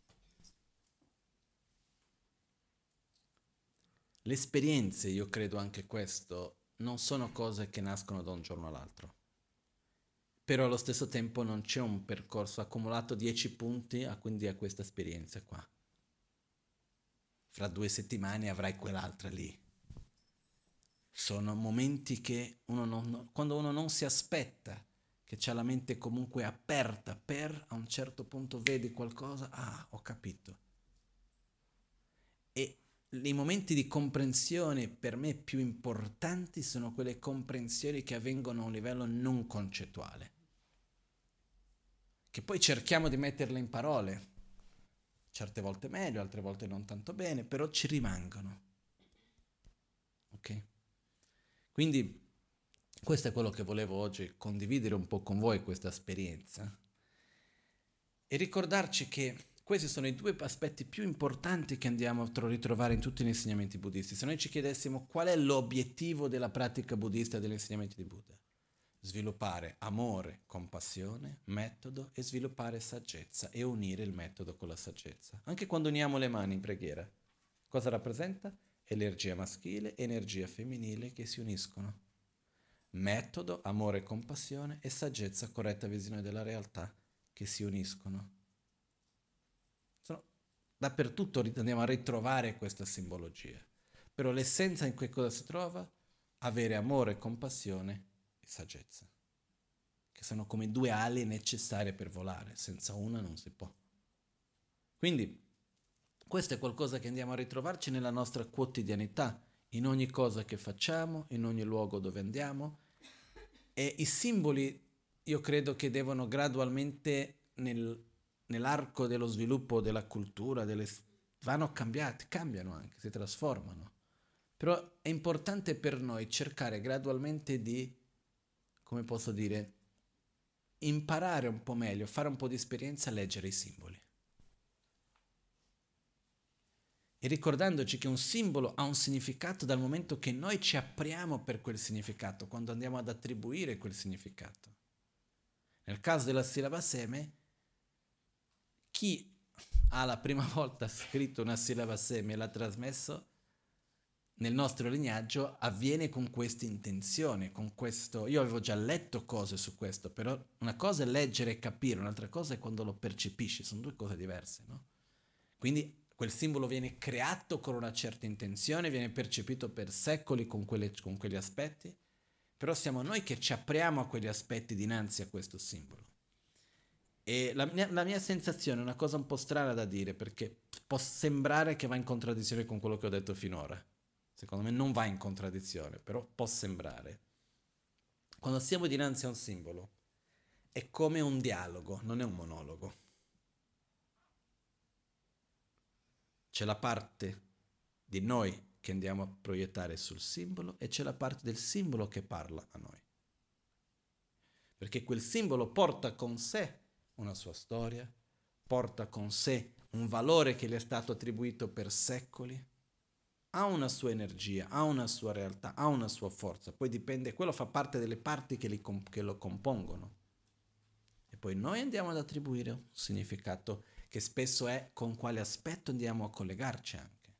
le esperienze, io credo anche questo, non sono cose che nascono da un giorno all'altro. Però allo stesso tempo non c'è un percorso accumulato 10 punti, quindi a questa esperienza qua. Fra 2 settimane avrai quell'altra lì. Sono momenti che quando uno non si aspetta, che c'ha la mente comunque aperta per, a un certo punto vedi qualcosa, ho capito. E i momenti di comprensione per me più importanti sono quelle comprensioni che avvengono a un livello non concettuale, che poi cerchiamo di metterle in parole, certe volte meglio, altre volte non tanto bene, però ci rimangono. Ok? Quindi questo è quello che volevo oggi condividere un po' con voi, questa esperienza, e ricordarci che questi sono i 2 aspetti più importanti che andiamo a ritrovare in tutti gli insegnamenti buddisti. Se noi ci chiedessimo qual è l'obiettivo della pratica buddista e degli insegnamenti di Buddha, sviluppare amore, compassione, metodo e sviluppare saggezza e unire il metodo con la saggezza. Anche quando uniamo le mani in preghiera, cosa rappresenta? Energia maschile e energia femminile che si uniscono. Metodo, amore e compassione e saggezza, corretta visione della realtà che si uniscono. Dappertutto andiamo a ritrovare questa simbologia. Però l'essenza in che cosa si trova? Avere amore, compassione e saggezza, che sono come 2 ali necessarie per volare, senza una non si può. Quindi questo è qualcosa che andiamo a ritrovarci nella nostra quotidianità, in ogni cosa che facciamo, in ogni luogo dove andiamo, e i simboli io credo che devono gradualmente nell'arco dello sviluppo della cultura, vanno cambiati, cambiano anche, si trasformano. Però è importante per noi cercare gradualmente di, come posso dire, imparare un po' meglio, fare un po' di esperienza a leggere i simboli. E ricordandoci che un simbolo ha un significato dal momento che noi ci apriamo per quel significato, quando andiamo ad attribuire quel significato. Nel caso della sillaba seme, chi ha la prima volta scritto una sillaba seme e l'ha trasmesso, nel nostro lignaggio avviene con questa intenzione, con questo... Io avevo già letto cose su questo, però una cosa è leggere e capire, un'altra cosa è quando lo percepisci, sono due cose diverse, no? Quindi quel simbolo viene creato con una certa intenzione, viene percepito per secoli con quegli aspetti, però siamo noi che ci apriamo a quegli aspetti dinanzi a questo simbolo. E la mia sensazione è una cosa un po' strana da dire, perché può sembrare che va in contraddizione con quello che ho detto finora. Secondo me non va in contraddizione, però può sembrare. Quando siamo dinanzi a un simbolo, è come un dialogo, non è un monologo. C'è la parte di noi che andiamo a proiettare sul simbolo e c'è la parte del simbolo che parla a noi. Perché quel simbolo porta con sé una sua storia, porta con sé un valore che gli è stato attribuito per secoli, ha una sua energia, ha una sua realtà, ha una sua forza, poi dipende, quello fa parte delle parti che lo compongono. E poi noi andiamo ad attribuire un significato che spesso è con quale aspetto andiamo a collegarci anche.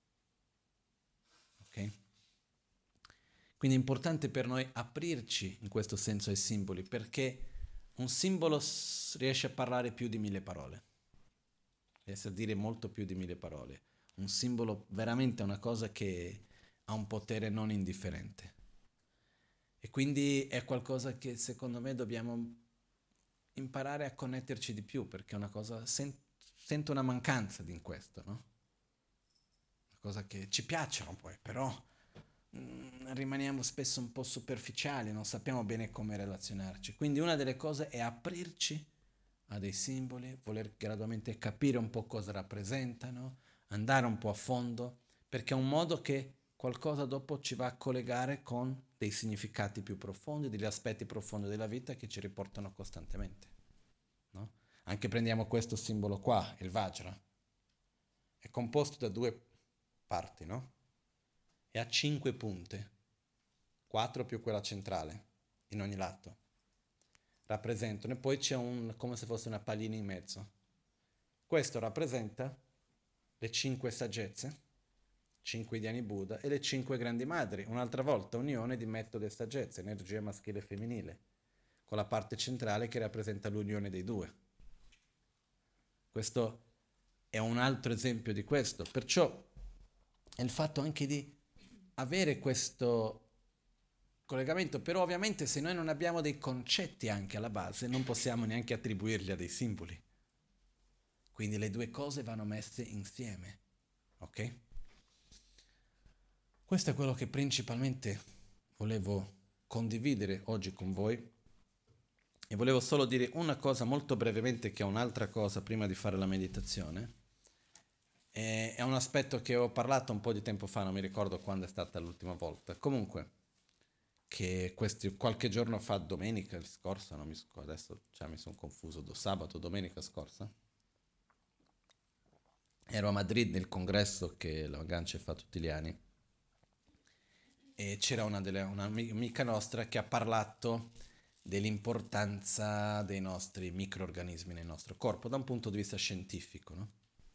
Ok? Quindi è importante per noi aprirci in questo senso ai simboli, perché un simbolo riesce a parlare più di 1000 parole, riesce a dire molto più di 1000 parole. Un simbolo veramente è una cosa che ha un potere non indifferente. E quindi è qualcosa che secondo me dobbiamo imparare a connetterci di più, perché è una cosa, sento una mancanza in questo, no? Una cosa che ci piacciono poi, però rimaniamo spesso un po' superficiali, non sappiamo bene come relazionarci. Quindi una delle cose è aprirci a dei simboli, voler gradualmente capire un po' cosa rappresentano, andare un po' a fondo, perché è un modo che qualcosa dopo ci va a collegare con dei significati più profondi, degli aspetti profondi della vita che ci riportano costantemente. No? Anche prendiamo questo simbolo qua, il Vajra. È composto da due parti, no? E ha 5 punte, 4 più quella centrale, in ogni lato. Rappresentano, e poi c'è come se fosse una pallina in mezzo. Questo rappresenta le 5 saggezze, 5 Dhyani Buddha e le 5 grandi madri, un'altra volta unione di metodo e saggezza, energia maschile e femminile, con la parte centrale che rappresenta l'unione dei due. Questo è un altro esempio di questo, perciò è il fatto anche di avere questo collegamento, però ovviamente se noi non abbiamo dei concetti anche alla base non possiamo neanche attribuirli a dei simboli. Quindi le due cose vanno messe insieme, ok? Questo è quello che principalmente volevo condividere oggi con voi e volevo solo dire una cosa molto brevemente che è un'altra cosa prima di fare la meditazione. È un aspetto che ho parlato un po' di tempo fa, non mi ricordo quando è stata l'ultima volta. Comunque, che qualche giorno fa, domenica scorsa, adesso mi sono confuso, sabato, domenica scorsa, ero a Madrid nel congresso che la Gancia fa tutti gli anni e c'era un'amica nostra che ha parlato dell'importanza dei nostri microorganismi nel nostro corpo da un punto di vista scientifico, no?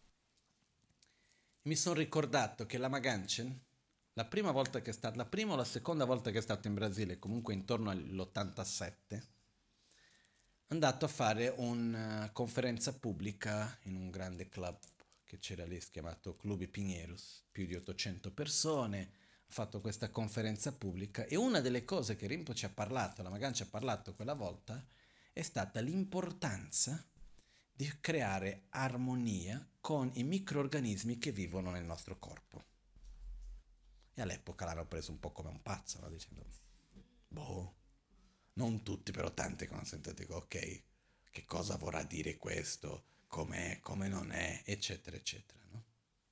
Mi sono ricordato che la Maganchen, la prima o la seconda volta che è stato in Brasile, comunque intorno all'87, è andato a fare una conferenza pubblica in un grande club che c'era lì, chiamato Clube Pinheiros, più di 800 persone, ha fatto questa conferenza pubblica e una delle cose che Rinpoche ha parlato, la Maganchen ha parlato quella volta, è stata l'importanza di creare armonia con i microorganismi che vivono nel nostro corpo. E all'epoca l'hanno preso un po' come un pazzo, no? Dicendo, boh, non tutti, però tanti che hanno sentito, dico, ok, che cosa vorrà dire questo, com'è, come non è, eccetera, eccetera, no?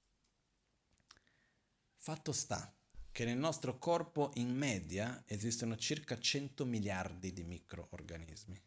Fatto sta che nel nostro corpo in media esistono circa 100 miliardi di microorganismi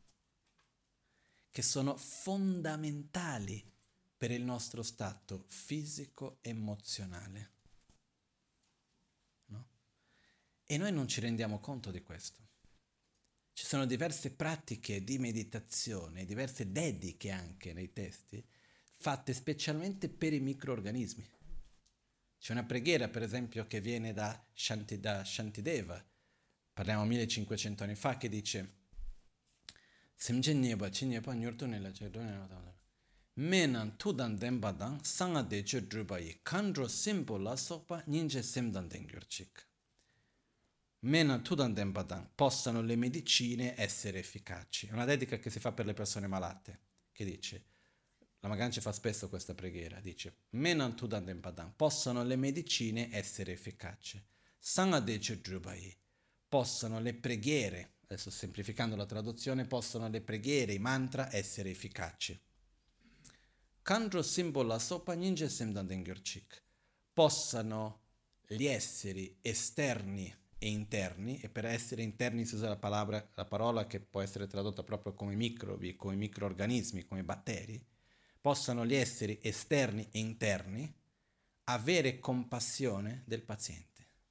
che sono fondamentali per il nostro stato fisico-emozionale. No? E noi non ci rendiamo conto di questo. Ci sono diverse pratiche di meditazione, diverse dediche anche nei testi, fatte specialmente per i microorganismi. C'è una preghiera, per esempio, che viene da Shantideva, parliamo 1500 anni fa, che dice Semjenneba Chinyeba Nyurtu nella Cerdone Menan Tudan Dembadan Sanga de Drubai Kandro Simbola Sopa Ninja Semdan Dengyurchik. Menan Tudan Dembadan possano le medicine essere efficaci. È una dedica che si fa per le persone malate, che dice, la Magancia fa spesso questa preghiera, dice Menan Tudan Dembadan possano le medicine essere efficaci. Sanga de Drubai possano le preghiere, adesso semplificando la traduzione, possono le preghiere, i mantra essere efficaci. Kandro simbola sopa ninja semdan dengyurchik. Possano gli esseri esterni e interni, e per essere interni si usa la parola che può essere tradotta proprio come microbi, come microorganismi, come batteri, possano gli esseri esterni e interni avere compassione del paziente.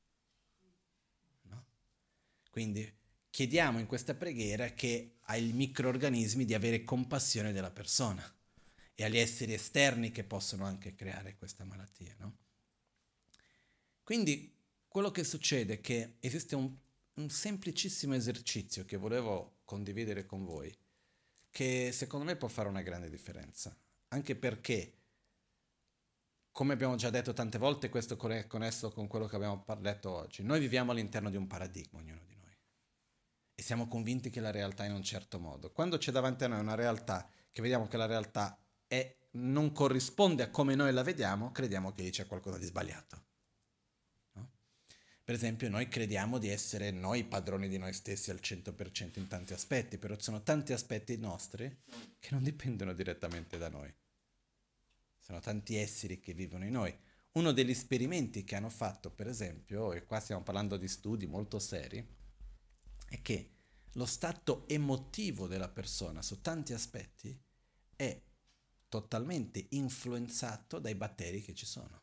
Quindi chiediamo in questa preghiera che ai microorganismi di avere compassione della persona e agli esseri esterni che possono anche creare questa malattia, no? Quindi quello che succede è che esiste un semplicissimo esercizio che volevo condividere con voi, che secondo me può fare una grande differenza, anche perché, come abbiamo già detto tante volte, questo è connesso con quello che abbiamo detto oggi, noi viviamo all'interno di un paradigma, ognuno di noi, e siamo convinti che la realtà è in un certo modo. Quando c'è davanti a noi una realtà, che vediamo che la realtà non corrisponde a come noi la vediamo, crediamo che lì c'è qualcosa di sbagliato. No? Per esempio, noi crediamo di essere noi padroni di noi stessi al 100% in tanti aspetti, però ci sono tanti aspetti nostri che non dipendono direttamente da noi. Sono tanti esseri che vivono in noi. Uno degli esperimenti che hanno fatto, per esempio, e qua stiamo parlando di studi molto seri, è che lo stato emotivo della persona su tanti aspetti è totalmente influenzato dai batteri che ci sono.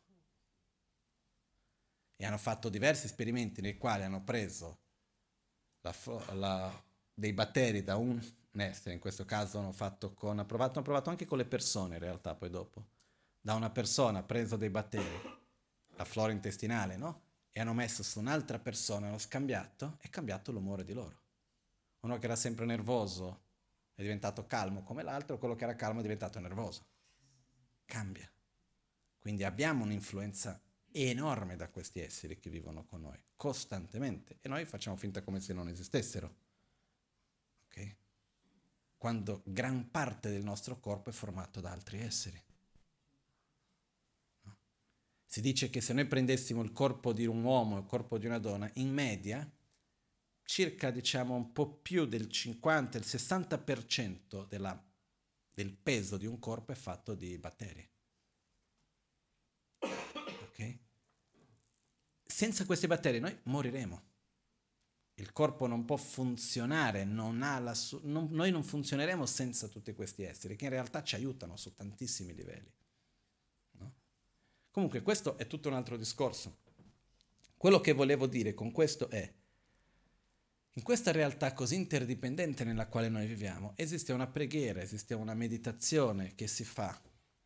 E hanno fatto diversi esperimenti nei quali hanno preso dei batteri da un essere, in questo caso hanno provato anche con le persone in realtà poi dopo, da una persona preso dei batteri, la flora intestinale, no? E hanno messo su un'altra persona, hanno scambiato e cambiato l'umore di loro. Uno che era sempre nervoso è diventato calmo come l'altro, quello che era calmo è diventato nervoso. Cambia. Quindi abbiamo un'influenza enorme da questi esseri che vivono con noi, costantemente, e noi facciamo finta come se non esistessero. Ok? Quando gran parte del nostro corpo è formato da altri esseri. Si dice che se noi prendessimo il corpo di un uomo e il corpo di una donna, in media, circa diciamo un po' più del 50, il 60% del peso di un corpo è fatto di batteri. Ok? Senza questi batteri noi moriremo. Il corpo non può funzionare, noi non funzioneremo senza tutti questi esseri, che in realtà ci aiutano su tantissimi livelli. No? Comunque questo è tutto un altro discorso. Quello che volevo dire con questo è, in questa realtà così interdipendente nella quale noi viviamo, esiste una preghiera, esiste una meditazione che si fa,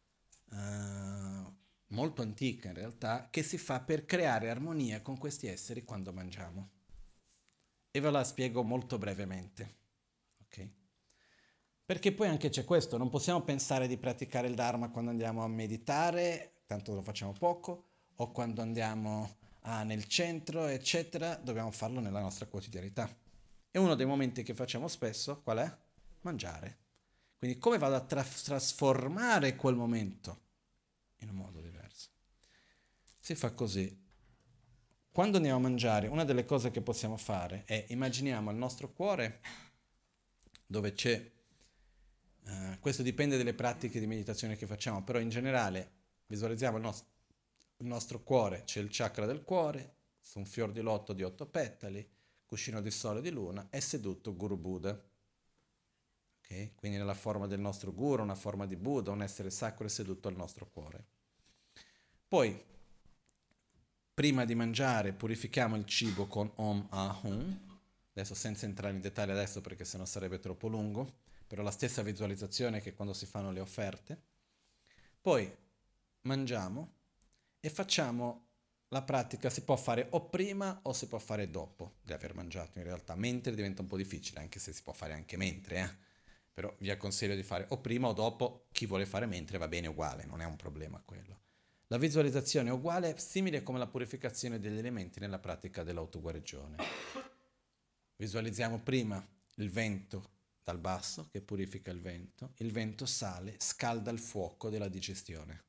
molto antica in realtà, che si fa per creare armonia con questi esseri quando mangiamo. E ve la spiego molto brevemente. Okay? Perché poi anche c'è questo, non possiamo pensare di praticare il Dharma quando andiamo a meditare, tanto lo facciamo poco, o quando andiamo nel centro, eccetera, dobbiamo farlo nella nostra quotidianità. E uno dei momenti che facciamo spesso, qual è? Mangiare. Quindi come vado a trasformare quel momento in un modo diverso? Si fa così. Quando andiamo a mangiare, una delle cose che possiamo fare è immaginiamo il nostro cuore dove c'è, questo dipende dalle pratiche di meditazione che facciamo, però in generale visualizziamo il nostro cuore, c'è il chakra del cuore, su un fior di lotto di 8 petali, cuscino di sole e di luna, è seduto Guru Buddha. Okay? Quindi nella forma del nostro Guru, una forma di Buddha, un essere sacro è seduto al nostro cuore. Poi, prima di mangiare, purifichiamo il cibo con Om Ahum, adesso senza entrare in dettagli adesso perché sennò sarebbe troppo lungo, però la stessa visualizzazione che quando si fanno le offerte. Poi mangiamo e facciamo la pratica si può fare o prima o si può fare dopo di aver mangiato, in realtà mentre diventa un po' difficile, anche se si può fare anche mentre, Però vi consiglio di fare o prima o dopo, chi vuole fare mentre va bene uguale, non è un problema quello. La visualizzazione è uguale, simile come la purificazione degli elementi nella pratica dell'autoguarigione. Visualizziamo prima il vento dal basso che purifica il vento sale, scalda il fuoco della digestione.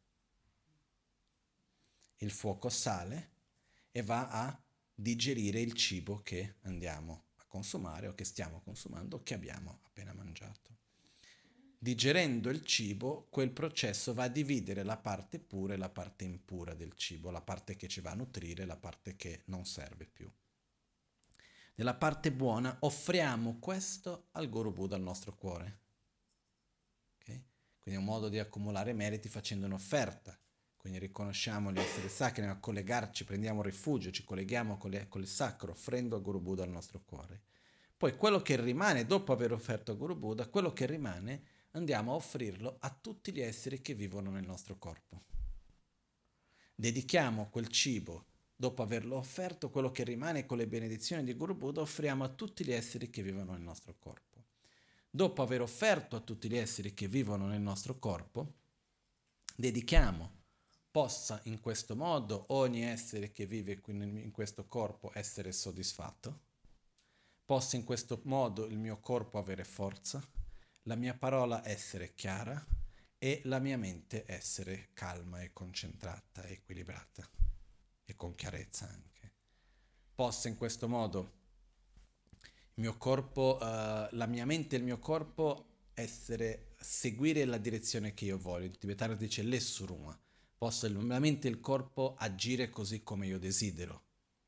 Il fuoco sale e va a digerire il cibo che andiamo a consumare o che stiamo consumando o che abbiamo appena mangiato. Digerendo il cibo, quel processo va a dividere la parte pura e la parte impura del cibo, la parte che ci va a nutrire e la parte che non serve più. Nella parte buona offriamo questo al Guru Buddha, al nostro cuore. Okay? Quindi è un modo di accumulare meriti facendo un'offerta. Quindi riconosciamo di essere sacri, a collegarci, prendiamo rifugio, ci colleghiamo con il sacro, offrendo al Guru Buddha il nostro cuore. Poi quello che rimane, dopo aver offerto al Guru Buddha, quello che rimane andiamo a offrirlo a tutti gli esseri che vivono nel nostro corpo. Dedichiamo quel cibo, dopo averlo offerto, quello che rimane con le benedizioni di Guru Buddha, offriamo a tutti gli esseri che vivono nel nostro corpo. Dopo aver offerto a tutti gli esseri che vivono nel nostro corpo, dedichiamo, possa in questo modo ogni essere che vive in questo corpo essere soddisfatto, possa in questo modo il mio corpo avere forza, la mia parola essere chiara e la mia mente essere calma e concentrata e equilibrata e con chiarezza anche. Possa in questo modo il mio corpo, la mia mente e il mio corpo seguire la direzione che io voglio. Il tibetano dice l'essuruma. Possa la mente e il corpo agire così come io desidero.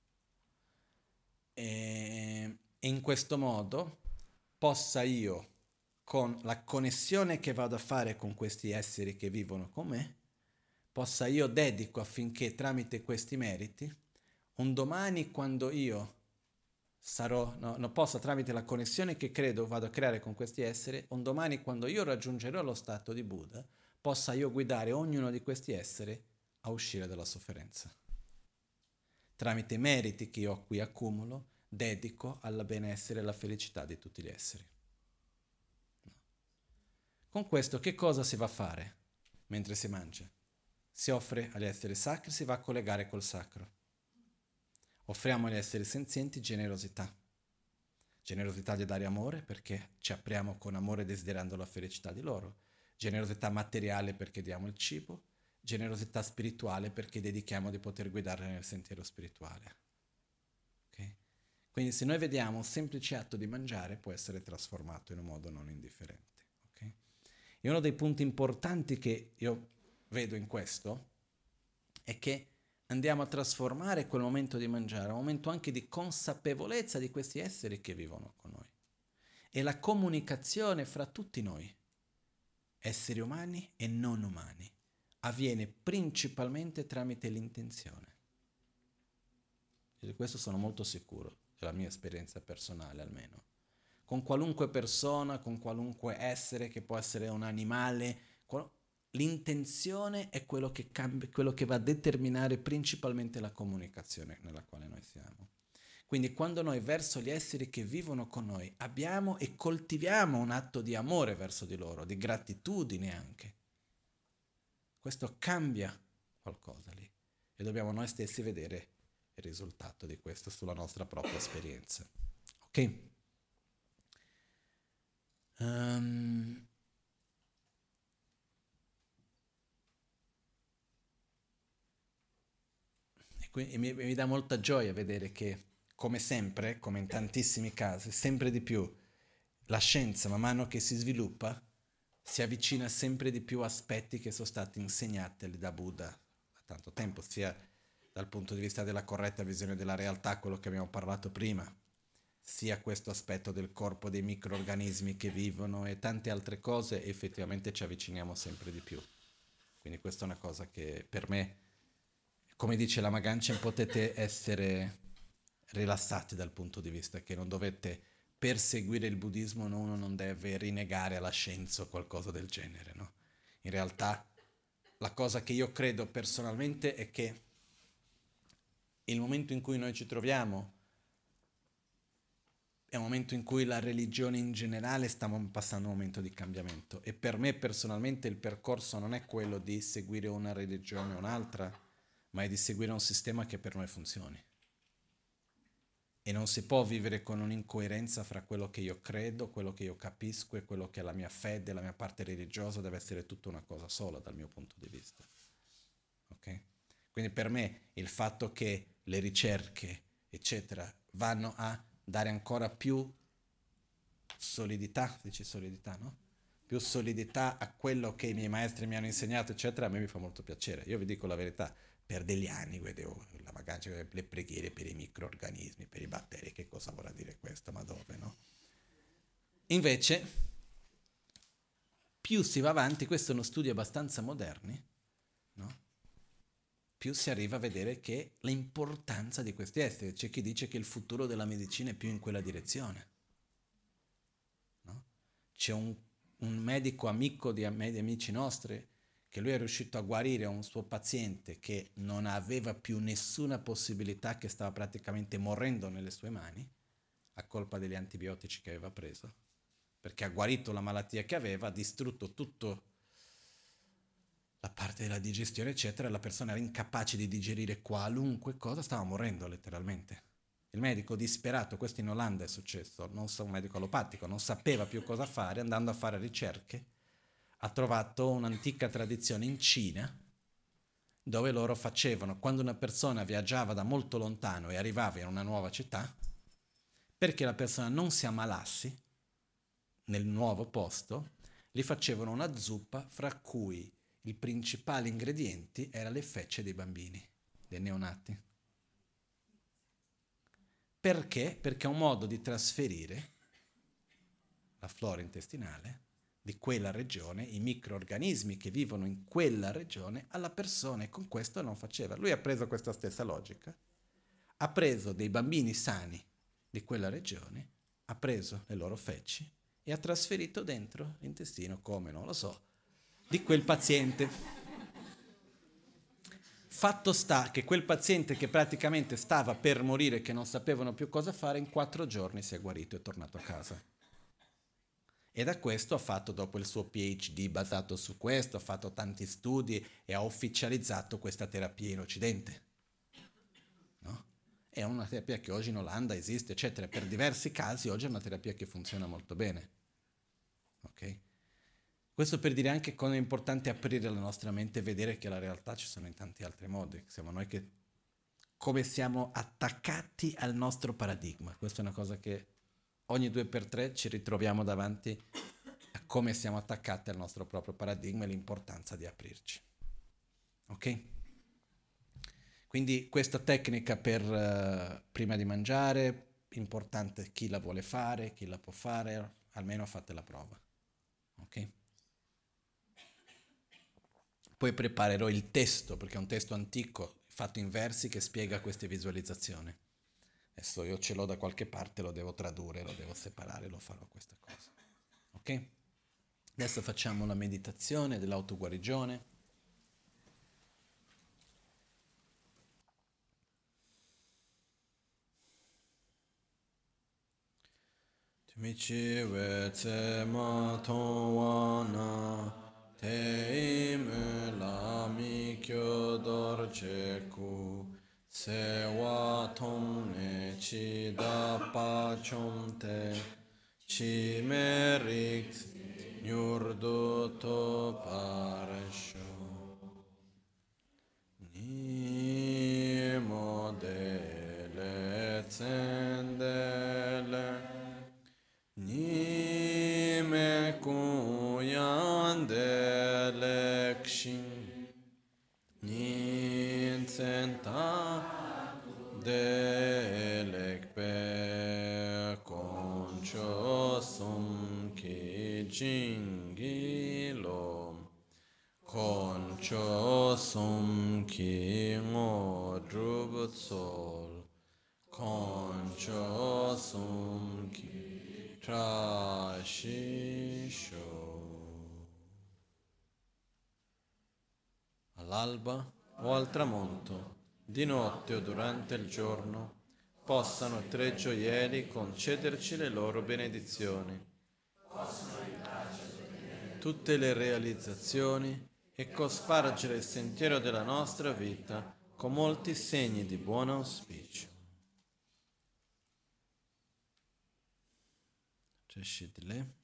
E in questo modo possa io, con la connessione che vado a fare con questi esseri che vivono con me, possa io dedico affinché tramite questi meriti, un domani quando io possa tramite la connessione che credo vado a creare con questi esseri, un domani quando io raggiungerò lo stato di Buddha, possa io guidare ognuno di questi esseri a uscire dalla sofferenza. Tramite i meriti che io qui accumulo, dedico al benessere e alla felicità di tutti gli esseri. Con questo che cosa si va a fare mentre si mangia? Si offre agli esseri sacri, si va a collegare col sacro. Offriamo agli esseri senzienti generosità. Generosità di dare amore perché ci apriamo con amore desiderando la felicità di loro. Generosità materiale perché diamo il cibo. Generosità spirituale perché dedichiamo di poter guidarli nel sentiero spirituale. Okay? Quindi se noi vediamo un semplice atto di mangiare può essere trasformato in un modo non indifferente. Okay? E uno dei punti importanti che io vedo in questo è che andiamo a trasformare quel momento di mangiare, un momento anche di consapevolezza di questi esseri che vivono con noi. E la comunicazione fra tutti noi, esseri umani e non umani, avviene principalmente tramite l'intenzione. E di questo sono molto sicuro, della mia esperienza personale almeno. Con qualunque persona, con qualunque essere, che può essere un animale, l'intenzione è quello che cambia, quello che va a determinare principalmente la comunicazione nella quale noi siamo. Quindi quando noi verso gli esseri che vivono con noi abbiamo e coltiviamo un atto di amore verso di loro, di gratitudine anche, questo cambia qualcosa lì e dobbiamo noi stessi vedere il risultato di questo sulla nostra propria esperienza. Ok? E mi dà molta gioia vedere che, come sempre, come in tantissimi casi, sempre di più la scienza, man mano che si sviluppa, si avvicina sempre di più a aspetti che sono stati insegnati da Buddha da tanto tempo, sia dal punto di vista della corretta visione della realtà, quello che abbiamo parlato prima, sia questo aspetto del corpo, dei microrganismi che vivono e tante altre cose, effettivamente ci avviciniamo sempre di più. Quindi questa è una cosa che per me, come dice la Magancia, potete essere rilassati dal punto di vista che non dovete perseguire il buddismo, uno non deve rinnegare alla scienza o qualcosa del genere, no? In realtà la cosa che io credo personalmente è che il momento in cui noi ci troviamo è un momento in cui la religione in generale sta passando un momento di cambiamento e per me personalmente il percorso non è quello di seguire una religione o un'altra, ma è di seguire un sistema che per noi funzioni. E non si può vivere con un'incoerenza fra quello che io credo, quello che io capisco e quello che è la mia fede, la mia parte religiosa, deve essere tutta una cosa sola dal mio punto di vista. Ok? Quindi per me il fatto che le ricerche, eccetera, vanno a dare ancora più solidità, dici solidità, no? Più solidità a quello che i miei maestri mi hanno insegnato, eccetera, a me mi fa molto piacere. Io vi dico la verità, per degli anni vedevo la vacanza, le preghiere per i microorganismi, per i batteri, che cosa vorrà dire questo, ma dove, no? Invece, più si va avanti, questo è uno studio abbastanza moderni, no? Più si arriva a vedere che l'importanza di questi esseri. C'è chi dice che il futuro della medicina è più in quella direzione. No? C'è un medico amico di amici nostri che lui è riuscito a guarire un suo paziente che non aveva più nessuna possibilità, che stava praticamente morendo nelle sue mani a colpa degli antibiotici che aveva preso, perché ha guarito la malattia che aveva, ha distrutto tutto la parte della digestione, eccetera, la persona era incapace di digerire qualunque cosa, stava morendo letteralmente. Il medico disperato, questo in Olanda è successo, non so, un medico allopatico, non sapeva più cosa fare, andando a fare ricerche, ha trovato un'antica tradizione in Cina dove loro facevano, quando una persona viaggiava da molto lontano e arrivava in una nuova città, perché la persona non si ammalassi nel nuovo posto, gli facevano una zuppa fra cui i principali ingredienti erano le fecce dei bambini, dei neonati. Perché? Perché è un modo di trasferire la flora intestinale di quella regione, i microorganismi che vivono in quella regione, alla persona, e con questo non faceva. Lui ha preso questa stessa logica, ha preso dei bambini sani di quella regione, ha preso le loro feci e ha trasferito dentro l'intestino, come non lo so, di quel paziente. Fatto sta che quel paziente che praticamente stava per morire, che non sapevano più cosa fare, in 4 giorni si è guarito e è tornato a casa. E da questo ha fatto, dopo il suo PhD basato su questo, ha fatto tanti studi e ha ufficializzato questa terapia in Occidente. No? È una terapia che oggi in Olanda esiste, eccetera. Per diversi casi oggi è una terapia che funziona molto bene. Ok? Questo per dire anche come è importante aprire la nostra mente e vedere che la realtà ci sono in tanti altri modi. Siamo noi che come siamo attaccati al nostro paradigma. Questa è una cosa che ogni 2x3 ci ritroviamo davanti a come siamo attaccati al nostro proprio paradigma e l'importanza di aprirci. Ok? Quindi questa tecnica per prima di mangiare, importante chi la vuole fare, chi la può fare, almeno fate la prova. Ok? Poi preparerò il testo, perché è un testo antico fatto in versi che spiega queste visualizzazioni. Adesso io ce l'ho da qualche parte, lo devo tradurre, lo devo separare, lo farò questa cosa. Ok? Adesso facciamo la meditazione dell'autoguarigione. Michi we tse ma tong wa na te imu la mi kyo dor che ku se wa tong ne chi da pa chom te chi me rik nyur do to pare sho ni mo de le tsendele ni me kuyan de lekshin ni senta de lekpe concho sum ki jingi lo concho sum ki ngo drub sol concho sum ki Trasciscio. All'alba o al tramonto, di notte o durante il giorno, possano tre gioielli concederci le loro benedizioni, tutte le realizzazioni e cospargere il sentiero della nostra vita con molti segni di buon auspicio. Crescitile.